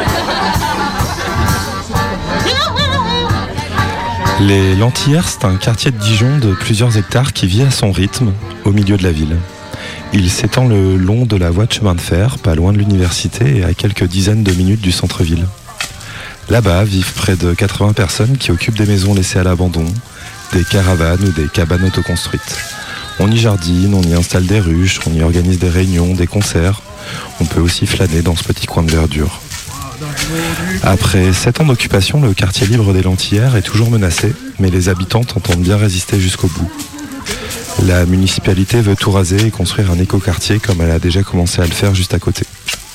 Les Lentillères, c'est un quartier de Dijon de plusieurs hectares qui vit à son rythme, au milieu de la ville. Il s'étend le long de la voie de chemin de fer, pas loin de l'université et à quelques dizaines de minutes du centre-ville. Là-bas vivent près de quatre-vingts personnes qui occupent des maisons laissées à l'abandon, des caravanes ou des cabanes autoconstruites. On y jardine, on y installe des ruches, on y organise des réunions, des concerts. On peut aussi flâner dans ce petit coin de verdure. Après sept ans d'occupation, le quartier libre des Lentillères est toujours menacé, mais les habitants entendent bien résister jusqu'au bout. La municipalité veut tout raser et construire un écoquartier comme elle a déjà commencé à le faire juste à côté.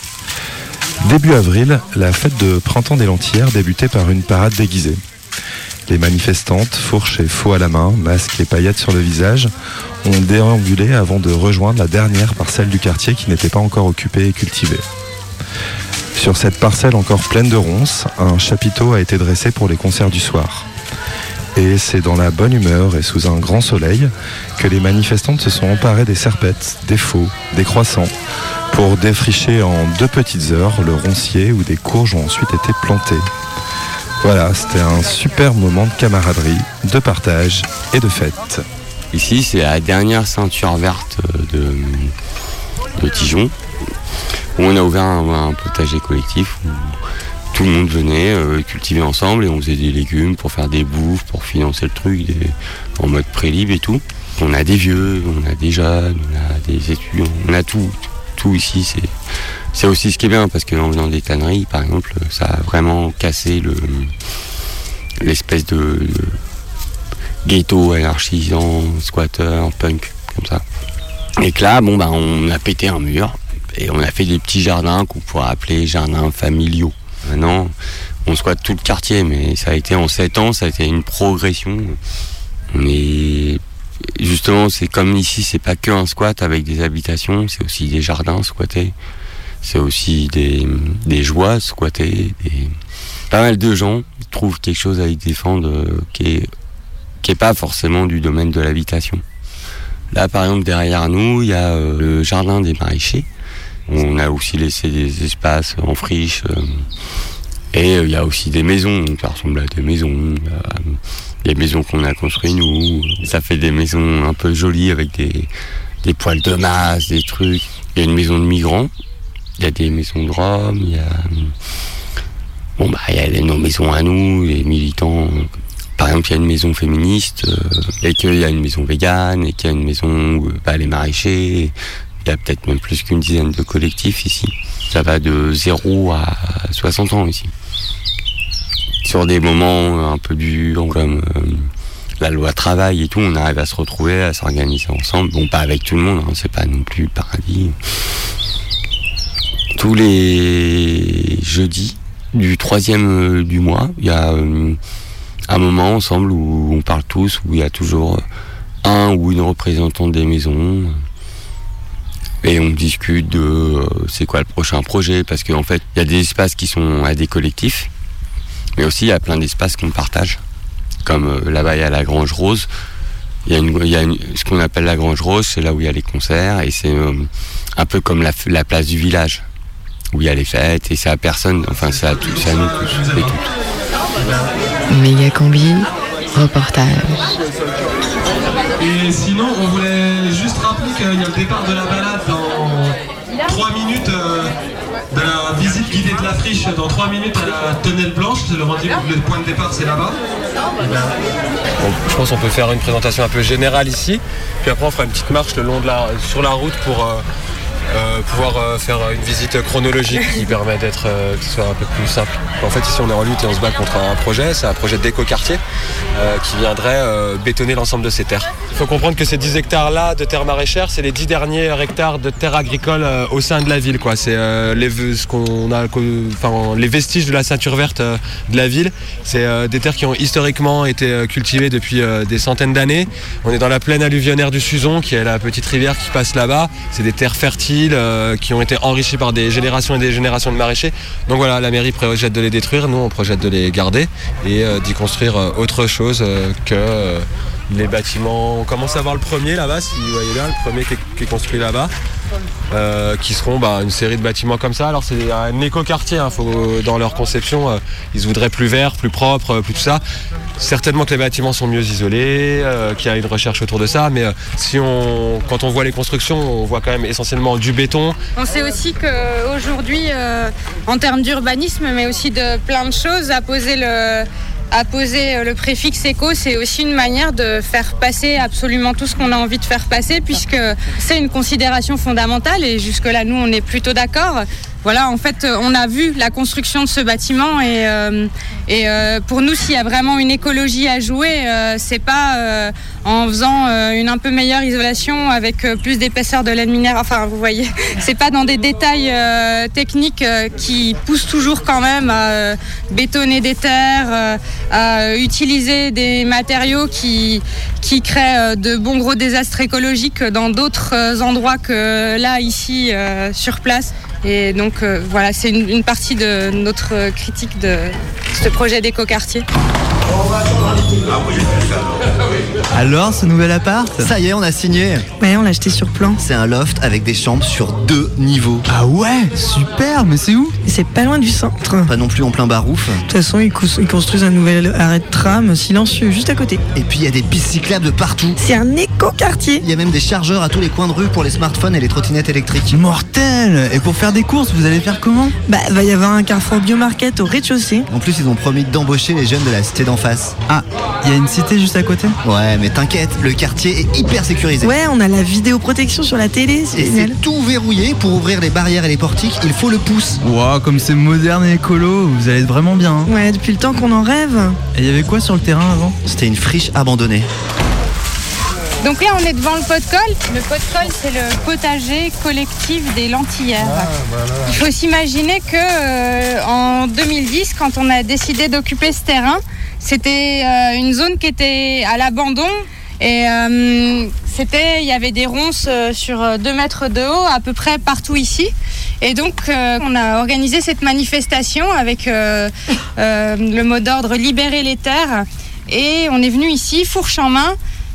Début avril, la fête de printemps des Lentillères débutait par une parade déguisée. Les manifestantes, fourches et faux à la main, masques et paillettes sur le visage, ont déambulé avant de rejoindre la dernière parcelle du quartier qui n'était pas encore occupée et cultivée. Sur cette parcelle encore pleine de ronces, un chapiteau a été dressé pour les concerts du soir. Et c'est dans la bonne humeur et sous un grand soleil que les manifestantes se sont emparées des serpettes, des faux, des croissants, pour défricher en deux petites heures le roncier où des courges ont ensuite été plantées. Voilà, c'était un super moment de camaraderie, de partage et de fête. Ici, c'est la dernière ceinture verte de, de Dijon. On a ouvert un, un potager collectif où tout le monde venait euh, cultiver ensemble et on faisait des légumes pour faire des bouffes, pour financer le truc des, en mode pré-libre et tout. On a des vieux, on a des jeunes, on a des étudiants, on a tout. Tout ici, c'est, c'est aussi ce qui est bien parce qu'en faisant des tanneries, par exemple, ça a vraiment cassé le, l'espèce de, de ghetto anarchisant, squatter, punk, comme ça. Et que là, bon, bah, on a pété un mur. Et on a fait des petits jardins qu'on pourrait appeler jardins familiaux. Maintenant, on squatte tout le quartier, mais ça a été en sept ans, ça a été une progression. On est... Justement, c'est comme ici, c'est pas que un squat avec des habitations, c'est aussi des jardins squattés. C'est aussi des, des joies squattées. Des... Pas mal de gens trouvent quelque chose à y défendre euh, qui est, qui est pas forcément du domaine de l'habitation. Là, par exemple, derrière nous, il y a euh, le jardin des maraîchers, On a aussi laissé des espaces en friche. Euh, et il euh, y a aussi des maisons, ça ressemble à des maisons. Euh, des maisons qu'on a construites nous. Ça fait des maisons un peu jolies avec des, des poils de masse, des trucs. Il y a une maison de migrants, il y a des maisons de Roms, il y a... Bon bah il y a nos maisons à nous, les militants. Par exemple, il y a une maison féministe, euh, et qu'il y a une maison végane, et qu'il y a une maison où bah, les maraîchers. Il y a peut-être même plus qu'une dizaine de collectifs ici. Ça va de zéro à soixante ans ici. Sur des moments un peu durs, comme euh, la loi travail et tout, on arrive à se retrouver, à s'organiser ensemble. Bon, pas avec tout le monde, hein, c'est pas non plus le paradis. Tous les jeudis du troisième du mois, il y a euh, un moment ensemble où on parle tous, où il y a toujours un ou une représentante des maisons. Et on discute de euh, c'est quoi le prochain projet, parce qu'en fait, il y a des espaces qui sont à des collectifs, mais aussi il y a plein d'espaces qu'on partage. Comme euh, là-bas, il y a la Grange Rose. Il y a, une, il y a une, ce qu'on appelle la Grange Rose, c'est là où il y a les concerts, et c'est euh, un peu comme la, la place du village, où il y a les fêtes, et c'est à personne, enfin c'est à, tout, c'est à nous tous et toutes. Méga Combi, reportage. Et sinon, on voulait juste rappeler qu'il y a le départ de la balade dans trois minutes, euh, de la visite guidée de la friche dans trois minutes à la Tonnelle Blanche. Le rendez-vous, le point de départ, c'est là-bas. Bon, je pense qu'on peut faire une présentation un peu générale ici, puis après on fera une petite marche le long de la, sur la route pour euh, euh, pouvoir euh, faire une visite chronologique qui permet d'être, euh, que ce soit un peu plus simple. En fait, ici on est en lutte et on se bat contre un projet, c'est un projet d'éco-quartier euh, qui viendrait euh, bétonner l'ensemble de ces terres. Il faut comprendre que ces dix hectares-là de terres maraîchères, c'est les dix derniers hectares de terres agricoles euh, au sein de la ville, quoi. C'est euh, les, ce qu'on a, enfin, les vestiges de la ceinture verte euh, de la ville. C'est euh, des terres qui ont historiquement été euh, cultivées depuis euh, des centaines d'années. On est dans la plaine alluvionnaire du Suzon, qui est la petite rivière qui passe là-bas. C'est des terres fertiles euh, qui ont été enrichies par des générations et des générations de maraîchers. Donc voilà, la mairie projette de les détruire, nous on projette de les garder et euh, d'y construire euh, autre chose euh, que euh, les bâtiments. On commence à voir le premier là-bas, si vous voyez bien, le premier qui est, qui est construit là-bas, euh, qui seront bah, une série de bâtiments comme ça. Alors c'est un éco-quartier, hein, faut, dans leur conception, euh, ils se voudraient plus verts, plus propres, euh, plus tout ça. Certainement que les bâtiments sont mieux isolés, euh, qu'il y a une recherche autour de ça, mais euh, si on, quand on voit les constructions, on voit quand même essentiellement du béton. On sait aussi qu'aujourd'hui, euh, en termes d'urbanisme, mais aussi de plein de choses, à poser le... à poser le préfixe éco, c'est aussi une manière de faire passer absolument tout ce qu'on a envie de faire passer, puisque c'est une considération fondamentale et jusque-là, nous, on est plutôt d'accord. Voilà, en fait, on a vu la construction de ce bâtiment et, euh, et euh, pour nous, s'il y a vraiment une écologie à jouer, euh, c'est pas euh, en faisant euh, une un peu meilleure isolation avec euh, plus d'épaisseur de laine minérale. Enfin, vous voyez, c'est pas dans des détails euh, techniques euh, qui poussent toujours quand même à euh, bétonner des terres, euh, à utiliser des matériaux qui qui créent euh, de bons gros désastres écologiques dans d'autres euh, endroits que là, ici, euh, sur place. Et donc euh, voilà, c'est une, une partie de notre critique de ce projet d'éco-quartier. Alors, ce nouvel appart, ça y est, on a signé. Ouais, on l'a acheté sur plan. C'est un loft avec des chambres sur deux niveaux. Ah ouais, super, mais c'est où? C'est pas loin du centre. Pas non plus en plein barouf. De toute façon, ils, cous- ils construisent un nouvel arrêt de tram silencieux juste à côté. Et puis il y a des pistes cyclables de partout. C'est un éco-quartier. Il y a même des chargeurs à tous les coins de rue pour les smartphones et les trottinettes électriques. Mortel. Et pour faire des courses, vous allez faire comment? Bah, va y avoir un Carrefour Biomarket au rez-de-chaussée. En plus, ils ont promis d'embaucher les jeunes de la cité d'en face. Ah, il y a une cité juste à côté? Ouais, mais t'inquiète, le quartier est hyper sécurisé. Ouais, on a la vidéoprotection sur la télé, c'est et génial. C'est tout verrouillé. Pour ouvrir les barrières et les portiques, il faut le pouce. Wow, comme c'est moderne et écolo, vous allez être vraiment bien. Hein. Ouais, depuis le temps qu'on en rêve. Et il y avait quoi sur le terrain avant? C'était une friche abandonnée. Donc là, on est devant le pot-de-colle. Le pot-de-colle, c'est le potager collectif des Lentillères. Ah, voilà. Il faut s'imaginer que euh, en deux mille dix, quand on a décidé d'occuper ce terrain, c'était euh, une zone qui était à l'abandon. Et euh, c'était, il y avait des ronces euh, sur deux mètres de haut à peu près partout ici. Et donc, euh, on a organisé cette manifestation avec euh, euh, le mot d'ordre « Libérer les terres ». Et on est venu ici, fourche en main,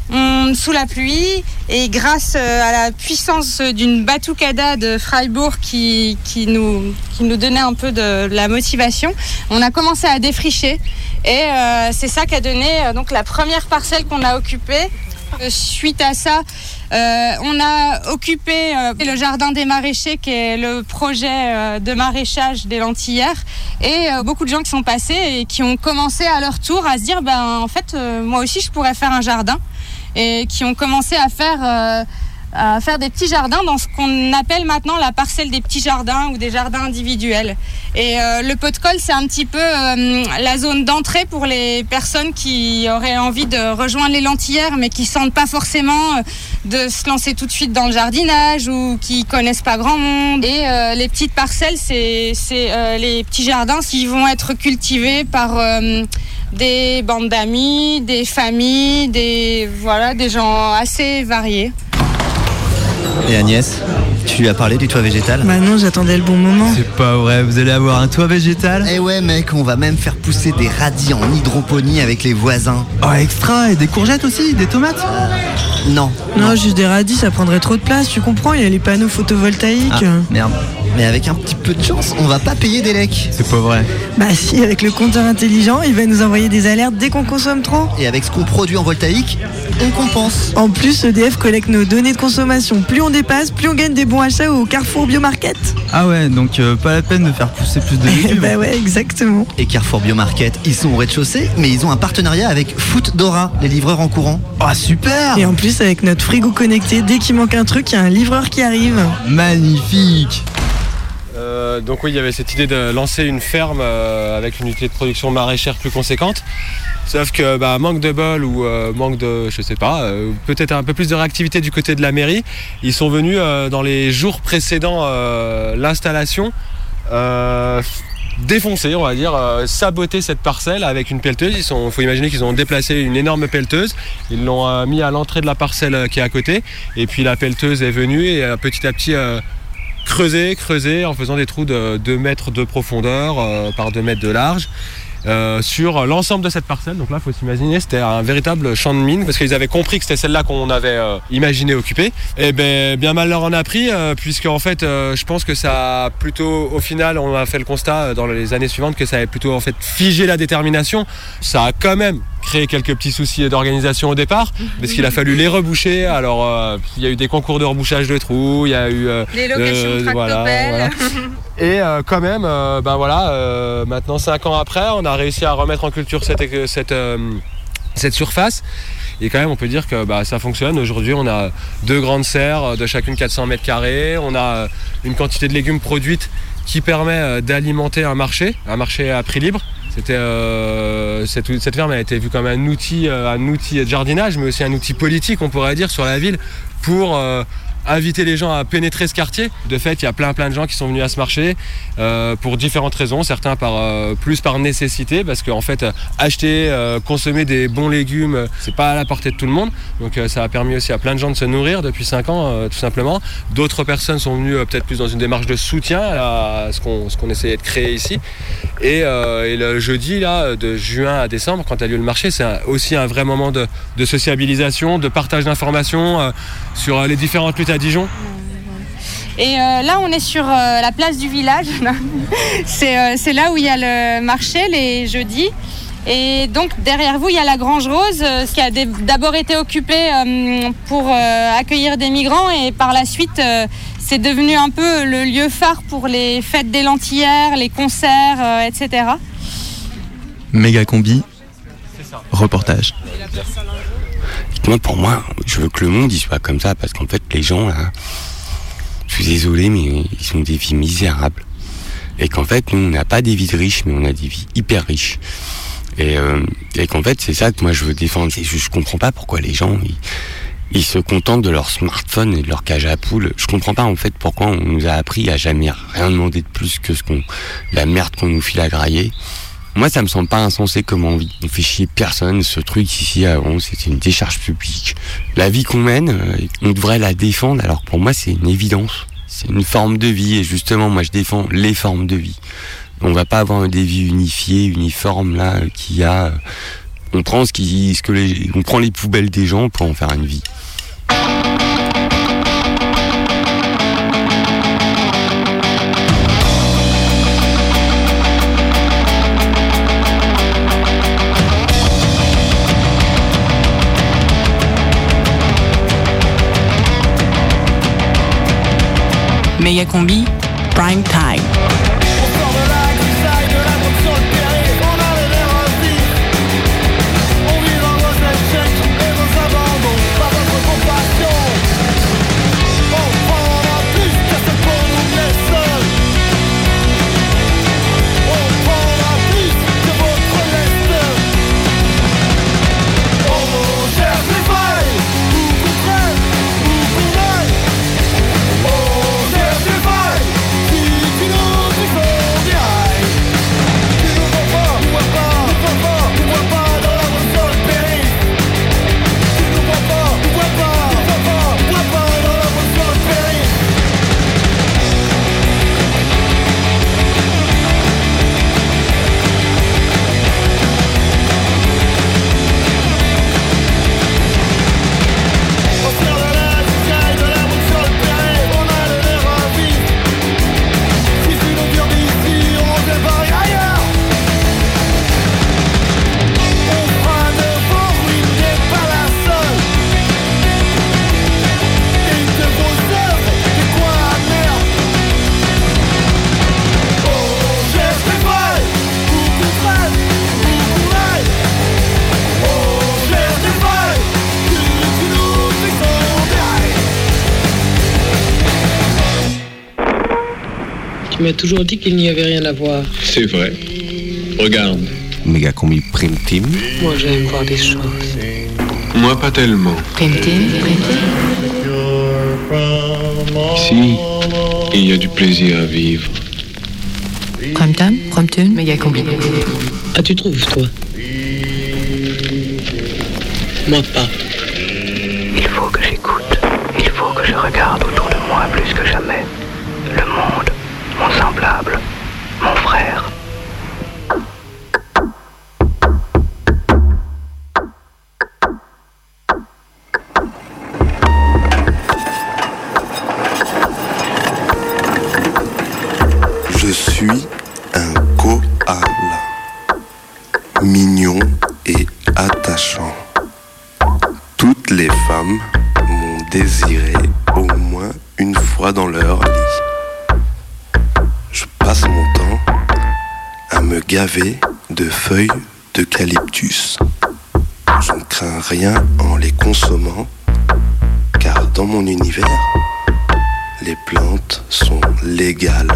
on, sous la pluie, et grâce à la puissance d'une batucada de Freiburg qui, qui, nous, qui nous donnait un peu de, de la motivation, on a commencé à défricher. Et euh, c'est ça qui a donné euh, donc, la première parcelle qu'on a occupée. Euh, suite à ça, euh, on a occupé euh, le jardin des maraîchers, qui est le projet euh, de maraîchage des Lentillères. Et euh, beaucoup de gens qui sont passés et qui ont commencé à leur tour à se dire, ben, en fait, euh, moi aussi, je pourrais faire un jardin. Et qui ont commencé à faire, euh, à faire des petits jardins dans ce qu'on appelle maintenant la parcelle des petits jardins ou des jardins individuels. Et euh, le pot de colle, c'est un petit peu euh, la zone d'entrée pour les personnes qui auraient envie de rejoindre les Lentillères, mais qui sentent pas forcément euh, de se lancer tout de suite dans le jardinage ou qui connaissent pas grand monde. Et euh, les petites parcelles, c'est, c'est euh, les petits jardins qui vont être cultivés par... Euh, des bandes d'amis, des familles, des, voilà, des gens assez variés. Et Agnès, tu lui as parlé du toit végétal ? Bah non, j'attendais le bon moment. C'est pas vrai, vous allez avoir un toit végétal ? Eh ouais mec, on va même faire pousser des radis en hydroponie avec les voisins. Oh extra, et des courgettes aussi, des tomates ? euh, Non. Non, non, juste des radis, ça prendrait trop de place, tu comprends, il y a les panneaux photovoltaïques. Ah, merde. Mais avec un petit peu de chance, on va pas payer des lecs. C'est pas vrai. Bah si, avec le compteur intelligent, il va nous envoyer des alertes dès qu'on consomme trop. Et avec ce qu'on produit en voltaïque, on compense. En plus, E D F collecte nos données de consommation. Plus on dépasse, plus on gagne des bons achats au Carrefour Biomarket. Ah ouais, donc euh, pas la peine de faire pousser plus de légumes. Bah ouais, exactement. Et Carrefour Biomarket, ils sont au rez-de-chaussée, mais ils ont un partenariat avec Foodora, les livreurs en courant. Ah oh, super. Et en plus, avec notre frigo connecté, dès qu'il manque un truc, il y a un livreur qui arrive. Magnifique. Euh, donc oui, il y avait cette idée de lancer une ferme euh, avec une unité de production maraîchère plus conséquente. Sauf que bah, manque de bol ou euh, manque de, je sais pas, euh, peut-être un peu plus de réactivité du côté de la mairie. Ils sont venus euh, dans les jours précédant euh, l'installation euh, défoncer, on va dire, euh, saboter cette parcelle avec une pelleteuse. Il sont, faut imaginer qu'ils ont déplacé une énorme pelleteuse. Ils l'ont euh, mis à l'entrée de la parcelle euh, qui est à côté. Et puis la pelleteuse est venue et euh, petit à petit euh, creuser, creuser en faisant des trous de deux mètres de profondeur euh, par deux mètres de large. Euh, sur l'ensemble de cette parcelle. Donc là, il faut s'imaginer, c'était un véritable champ de mine parce qu'ils avaient compris que c'était celle-là qu'on avait euh, imaginé occuper. Et ben, bien mal leur en a pris, euh, puisque en fait, euh, je pense que ça a plutôt, au final, on a fait le constat euh, dans les années suivantes que ça avait plutôt en fait figé la détermination. Ça a quand même créé quelques petits soucis d'organisation au départ, parce qu'il a fallu les reboucher. Alors, euh, il y a eu des concours de rebouchage de trous, il y a eu euh, les locations euh, de voilà, voilà. Et euh, quand même, euh, ben voilà, euh, maintenant cinq ans après, on a réussi à remettre en culture cette, cette, euh, cette surface. Et quand même, on peut dire que bah, ça fonctionne. Aujourd'hui, on a deux grandes serres de chacune quatre cents mètres carrés. On a une quantité de légumes produites qui permet d'alimenter un marché, un marché à prix libre. C'était, euh, cette, cette ferme a été vue comme un outil, un outil de jardinage, mais aussi un outil politique, on pourrait dire, sur la ville pour... Euh, inviter les gens à pénétrer ce quartier. De fait, il y a plein plein de gens qui sont venus à ce marché euh, pour différentes raisons, certains par euh, plus par nécessité, parce qu'en fait acheter, euh, consommer des bons légumes, c'est pas à la portée de tout le monde. Donc euh, ça a permis aussi à plein de gens de se nourrir depuis cinq ans, euh, tout simplement. D'autres personnes sont venues euh, peut-être plus dans une démarche de soutien à ce qu'on, ce qu'on essayait de créer ici. Et, euh, et le jeudi là, de juin à décembre, quand a lieu le marché, c'est un, aussi un vrai moment de, de sociabilisation, de partage d'informations euh, sur les différentes luttes à Dijon. Et euh, là, on est sur euh, la place du village. c'est, euh, c'est là où il y a le marché les jeudis. Et donc derrière vous, il y a la Grange Rose, euh, qui a d- d'abord été occupée euh, pour euh, accueillir des migrants, et par la suite, euh, c'est devenu un peu le lieu phare pour les fêtes des Lentillères, les concerts, euh, et cetera. Méga combi, reportage. Moi, pour moi, je veux que le monde il soit comme ça, parce qu'en fait, les gens, là, je suis désolé, mais ils ont des vies misérables. Et qu'en fait, nous, on n'a pas des vies de riches, mais on a des vies hyper riches. Et, euh, et qu'en fait, c'est ça que moi, je veux défendre. Je, je comprends pas pourquoi les gens, ils, ils se contentent de leur smartphone et de leur cage à poules. Je comprends pas, en fait, pourquoi on nous a appris à jamais rien demander de plus que ce qu'on, la merde qu'on nous file à grailler. Moi, ça me semble pas insensé comme on vit. On fait chier personne. Ce truc ici, avant, c'était une décharge publique. La vie qu'on mène, on devrait la défendre. Alors pour moi, c'est une évidence. C'est une forme de vie. Et justement, moi, je défends les formes de vie. On va pas avoir des vies unifiées, uniformes, là, qu'il y a. On prend ce qui, ce que les, on prend les poubelles des gens pour en faire une vie. Méga combi, prime time. Tu m'as toujours dit qu'il n'y avait rien à voir. C'est vrai. Regarde. Méga combi Prime Team. Moi, j'aime voir des choses. Moi, pas tellement. Prime Team, Prime Ici, il y a du plaisir à vivre. Prime Time, Prime Team, Méga combi. Ah, tu trouves, toi? Moi, pas. Il faut que j'écoute. Il faut que je regarde autour de moi plus que jamais. Le monde. Mon semblable, mon frère. Je suis un koala, mignon et attachant. Toutes les femmes m'ont désiré au moins une fois dans leur lit. Je passe mon temps à me gaver de feuilles d'eucalyptus. Je ne crains rien en les consommant, car dans mon univers, les plantes sont légales.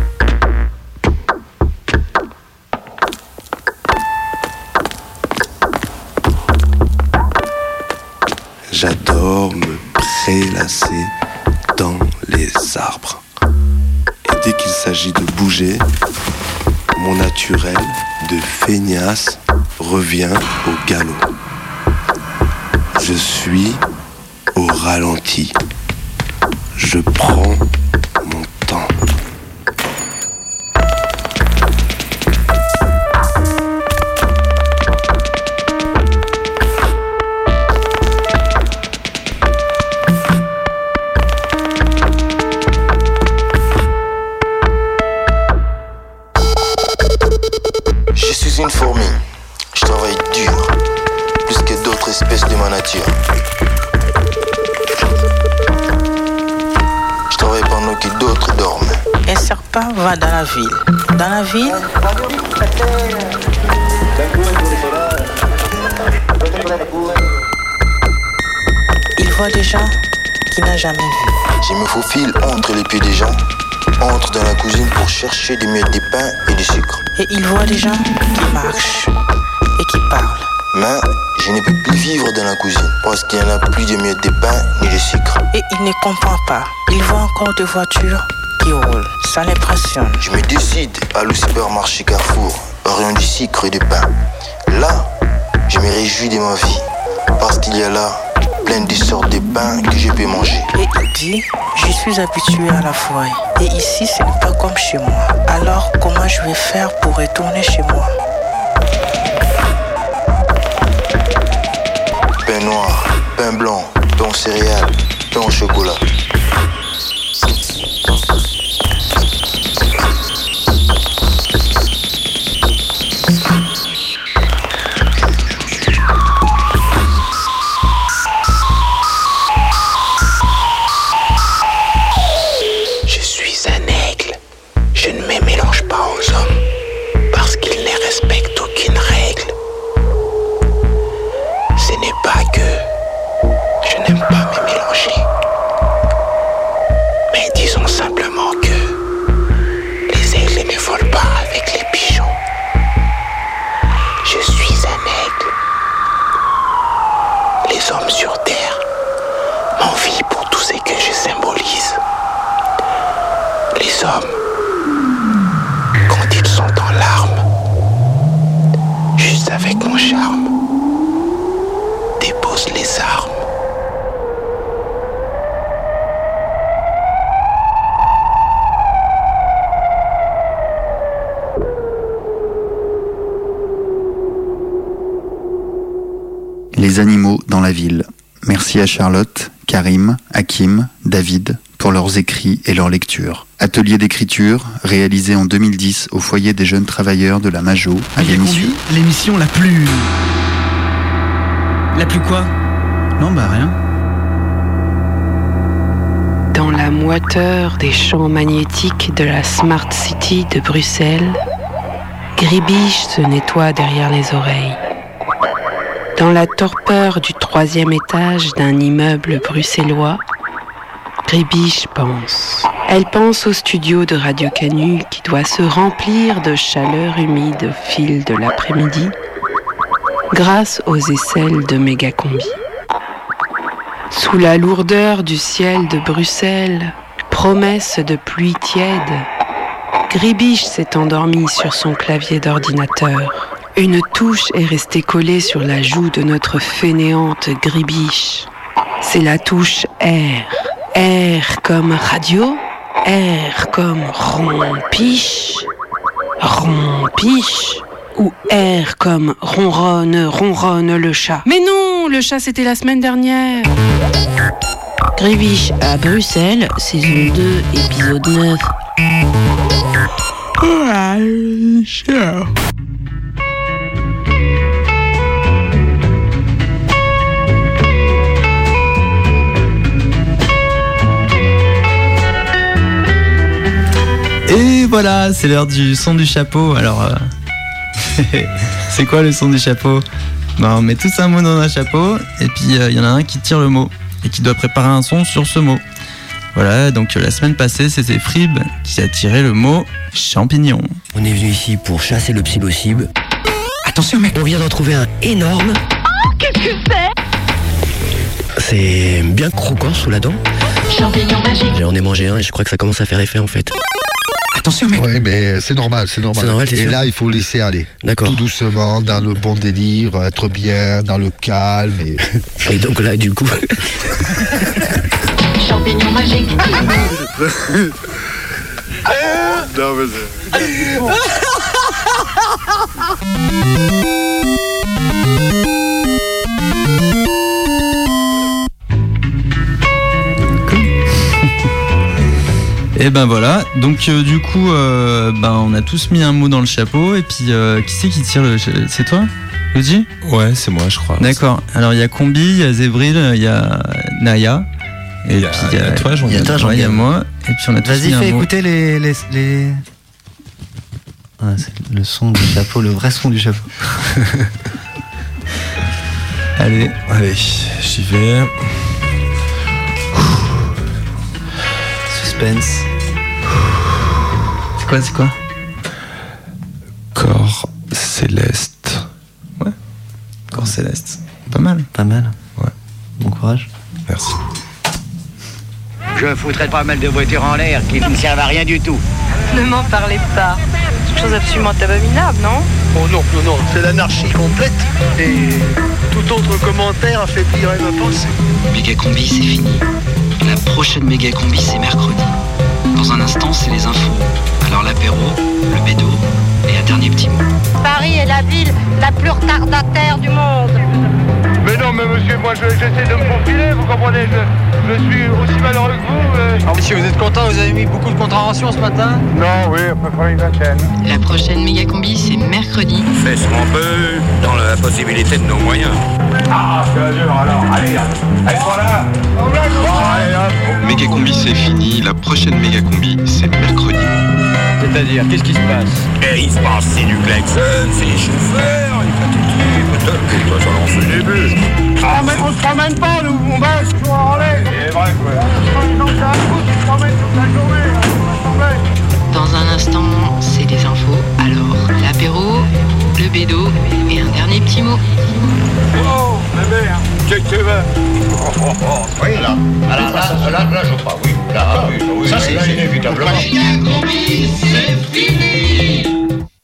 J'adore me prélasser dans les arbres. Et dès qu'il s'agit de bouger, mon naturel de feignasse revient au galop. Je suis au ralenti. Je prends mon temps. Je suis une fourmi. Je travaille dur, plus que d'autres espèces de ma nature. Je travaille pendant que d'autres dorment. Un serpent va dans la ville. Dans la ville, il voit des gens qu'il n'a jamais vus. Je me faufile entre les pieds des gens, entre dans la cuisine pour chercher des miettes de pain et du sucre. Et il voit des gens qui marchent et qui parlent. Mais je ne peux plus vivre dans la cuisine parce qu'il n'y en a plus de miettes de pain ni de sucre. Et il ne comprend pas. Il voit encore des voitures qui roulent. Ça l'impressionne. Je me décide à le supermarché Carrefour, rien du sucre et du pain. Là, je me réjouis de ma vie parce qu'il y a là plein de sortes de pains que je peux manger. Et il dit, je suis habitué à la forêt. Et ici, ce n'est pas comme chez moi. Alors, comment je vais faire pour retourner chez moi? je n'aime pas me mélanger. Mais disons simplement que les aigles ne volent pas avec les pigeons. Je suis un aigle. Les hommes sur terre m'envient pour tout ce que je symbolise. Les hommes, quand ils sont en larmes, juste avec mon charme, déposent les armes. Les animaux dans la ville. Merci à Charlotte, Karim, Hakim, David pour leurs écrits et leurs lectures. Atelier d'écriture réalisé en deux mille dix au foyer des jeunes travailleurs de la Majo à l'émission. L'émission la plus... La plus quoi? Non, bah rien. Dans la moiteur des champs magnétiques de la Smart City de Bruxelles, Gribiche se nettoie derrière les oreilles. Dans la torpeur du troisième étage d'un immeuble bruxellois, Gribiche pense. Elle pense au studio de Radio Canu qui doit se remplir de chaleur humide au fil de l'après-midi grâce aux aisselles de Mégacombi. Sous la lourdeur du ciel de Bruxelles, promesse de pluie tiède, Gribiche s'est endormie sur son clavier d'ordinateur. Une touche est restée collée sur la joue de notre fainéante Gribiche. C'est la touche R. R comme radio, R comme rompiche, rompiche, ou R comme ronronne, ronronne le chat. Mais non, le chat c'était la semaine dernière. Gribiche à Bruxelles, saison deux, épisode neuf. Ouais, chat. Et voilà, c'est l'heure du son du chapeau. Alors, euh... c'est quoi le son du chapeau? Ben, on met tous un mot dans un chapeau, et puis il euh, y en a un qui tire le mot, et qui doit préparer un son sur ce mot. Voilà, donc euh, la semaine passée, c'était Frib qui a tiré le mot champignon. On est venu ici pour chasser le psilocybe. Attention mec, on vient d'en trouver un énorme. Oh, qu'est-ce que c'est? C'est bien croquant sous la dent. Champignon magique. J'en ai mangé un et je crois que ça commence à faire effet en fait. Attention mec. Oui mais c'est normal, c'est normal. C'est normal, et sûr. Là il faut laisser aller. D'accord. Tout doucement, dans le bon délire, être bien, dans le calme. Et, et donc là du coup... Champignon magique. non mais c'est... Et ben voilà, donc euh, du coup, euh, ben on a tous mis un mot dans le chapeau, et puis euh, qui c'est qui tire le... C'est toi, Luigi? Ouais, c'est moi, je crois. D'accord, alors il y a Combi, il y a Zévril, il y a Naya, et il y a, puis il y a toi, il y a toi, il y a moi, et puis on a tous Vas-y, mis un fais mot. écouter les... les, les... Ah, c'est le son du chapeau, le vrai son du chapeau. Allez, allez, j'y vais. Suspense. C'est quoi, c'est quoi? Corps céleste. Ouais. Corps céleste. Pas mal. Pas mal. Ouais. Bon courage. Merci. Je foutrais pas mal de voitures en l'air qui ne servent à rien du tout. Ne m'en parlez pas. C'est une chose absolument abominable, non? Oh non, non, non, c'est l'anarchie complète. Et tout autre commentaire affaiblirait ma pensée. Mégacombi, c'est fini. La prochaine Mégacombi, c'est mercredi. Dans un instant, c'est les infos. Alors l'apéro, le bédo et un dernier petit mot. Paris est la ville la plus retardataire du monde. Mais non, mais monsieur, moi je- j'essaie de me faufiler, vous comprenez, je, je suis aussi malheureux que vous. Mais... Alors monsieur, vous êtes content, vous avez mis beaucoup de contraventions ce matin? Non, oui, à peu près une vingtaine. La prochaine Mégacombi, c'est mercredi. Fait ce qu'on peut, dans la possibilité de nos moyens. Ah, c'est dur alors, allez, allez, voilà. Allez, hop. Mégacombi c'est fini, la prochaine Mégacombi c'est mercredi. C'est-à-dire, qu'est-ce qui se passe? Et il se passe, c'est du klaxon, c'est les chauffeurs, les patoutis, peut-être que toi, ça en fait des bulles. Ah, mais on se promène pas, nous, on baisse, toujours en l'air. C'est vrai, quoi. Les gens qui racontent, ils se promènent toute la journée. Dans un instant, c'est les infos. Alors, l'apéro, le bédo et un dernier petit mot. Oh, bébé, hein. Qu'est-ce que tu veux? Oh, oh, oh. Oui, là. Là, là, là, là, là, je crois, oui. Là, oui, oui. Ça, c'est inévitablement.